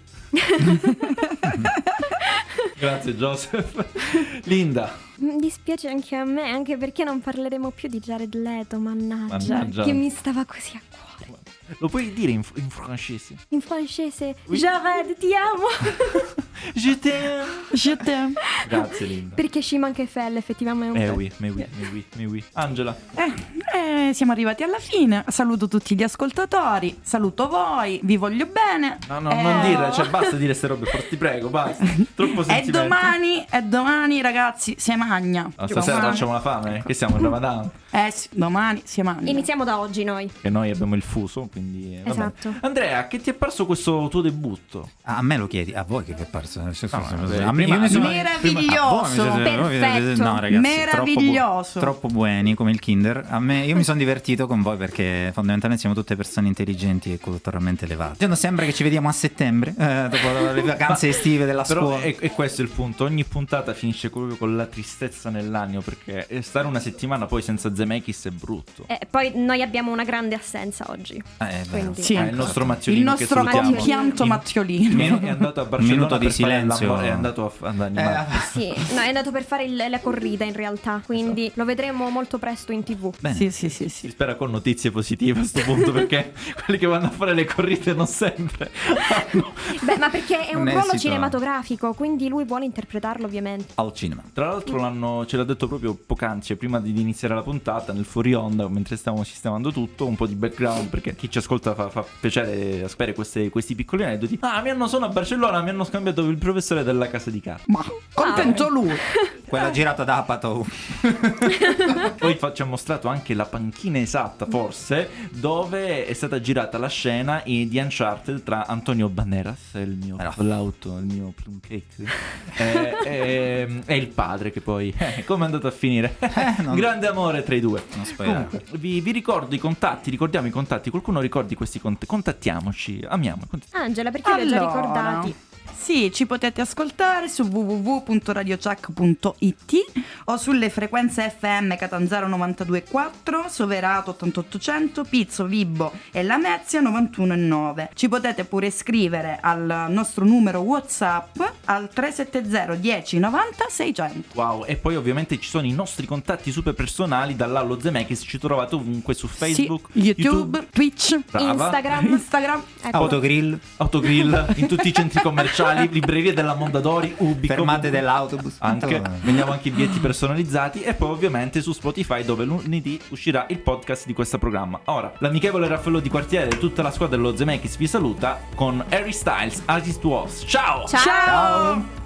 Grazie Joseph. Linda. Mi dispiace anche a me, anche perché non parleremo più di Jared Leto, mannaggia. Che mi stava così a cuore. Lo puoi dire in francese? In francese? Oui. Jared, ti amo. Je t'aime. Je t'aime. Grazie Linda. Perché ci manca Fell, effettivamente. Oui. Angela. siamo arrivati alla fine. Saluto tutti gli ascoltatori, saluto voi, vi voglio bene. No, non dire, cioè basta dire ste robe, ti prego, basta. Troppo sentimento. E domani ragazzi si magna. Stasera facciamo la fame, che siamo in Ramadan. Sì, domani si magna. Iniziamo da oggi noi. E noi abbiamo il fuso, quindi vabbè. Esatto. Andrea, che ti è parso questo tuo debutto? A me lo chiedi, a voi che vi è parso? Meraviglioso. Perfetto. No, ragazzi, Meraviglioso. troppo buoni come il Kinder. Io mi sono divertito con voi perché fondamentalmente siamo tutte persone intelligenti e culturalmente elevate. Sembra che ci vediamo a settembre, dopo le vacanze estive della scuola. E questo è il punto, ogni puntata finisce proprio con la tristezza nell'animo, perché stare una settimana poi senza Zemeckis è brutto. Poi noi abbiamo una grande assenza oggi. Quindi. Sì, il nostro Mazziolino, il nostro compianto Mazziolino. È andato a Barcellona Minuto di per fare silenzio. è andato ad animare. Sì, no, è andato per fare la corrida in realtà, quindi lo vedremo molto presto in TV. Bene. Sì. Si spera con notizie positive a sto punto, perché quelli che vanno a fare le corride non sempre hanno... Beh, ma perché è un Un ruolo esito. cinematografico, quindi lui vuole interpretarlo ovviamente. Al cinema. Tra l'altro ce l'ha detto proprio poc'anzi, prima di iniziare la puntata, nel fuori onda, mentre stavamo sistemando tutto, un po' di background, perché chi ci ascolta fa piacere sapere questi piccoli aneddoti. Sono a Barcellona, mi hanno scambiato il professore della casa di carta. Ma contento lui. Quella girata da Apatow. Poi ci ha mostrato anche la panchina esatta, forse, dove è stata girata la scena di Uncharted tra Antonio Banderas, il mio flauto, il mio plum cake, e il padre, che poi come è andato a finire? Grande amore tra i due. Non spoilerare. Comunque, vi ricordo i contatti, ricordiamo i contatti. Qualcuno ricordi questi contattiamoci, amiamo. Angela, perché li ho già ricordati? Sì, ci potete ascoltare su www.radiochuck.it o sulle frequenze FM Catanzaro 92.4, Soverato 8800, Pizzo, Vibo e Lamezia 91.9. Ci potete pure scrivere al nostro numero WhatsApp al 370 10 90 600. Wow, e poi ovviamente ci sono i nostri contatti super personali, dall'Allo Zemeckis, ci trovate ovunque su Facebook, sì, YouTube, Twitch, brava, Instagram. Ecco. Autogrill, in tutti i centri commerciali, librerie della Mondadori, Ubico, fermate dell'autobus. anche vendiamo anche i biglietti personalizzati, e poi ovviamente su Spotify, dove lunedì uscirà il podcast di questo programma. Ora, l'amichevole Raffaello Di Quartiere e tutta la squadra dello Zemeckis vi saluta con Harry Styles, As It Was. Ciao! Ciao!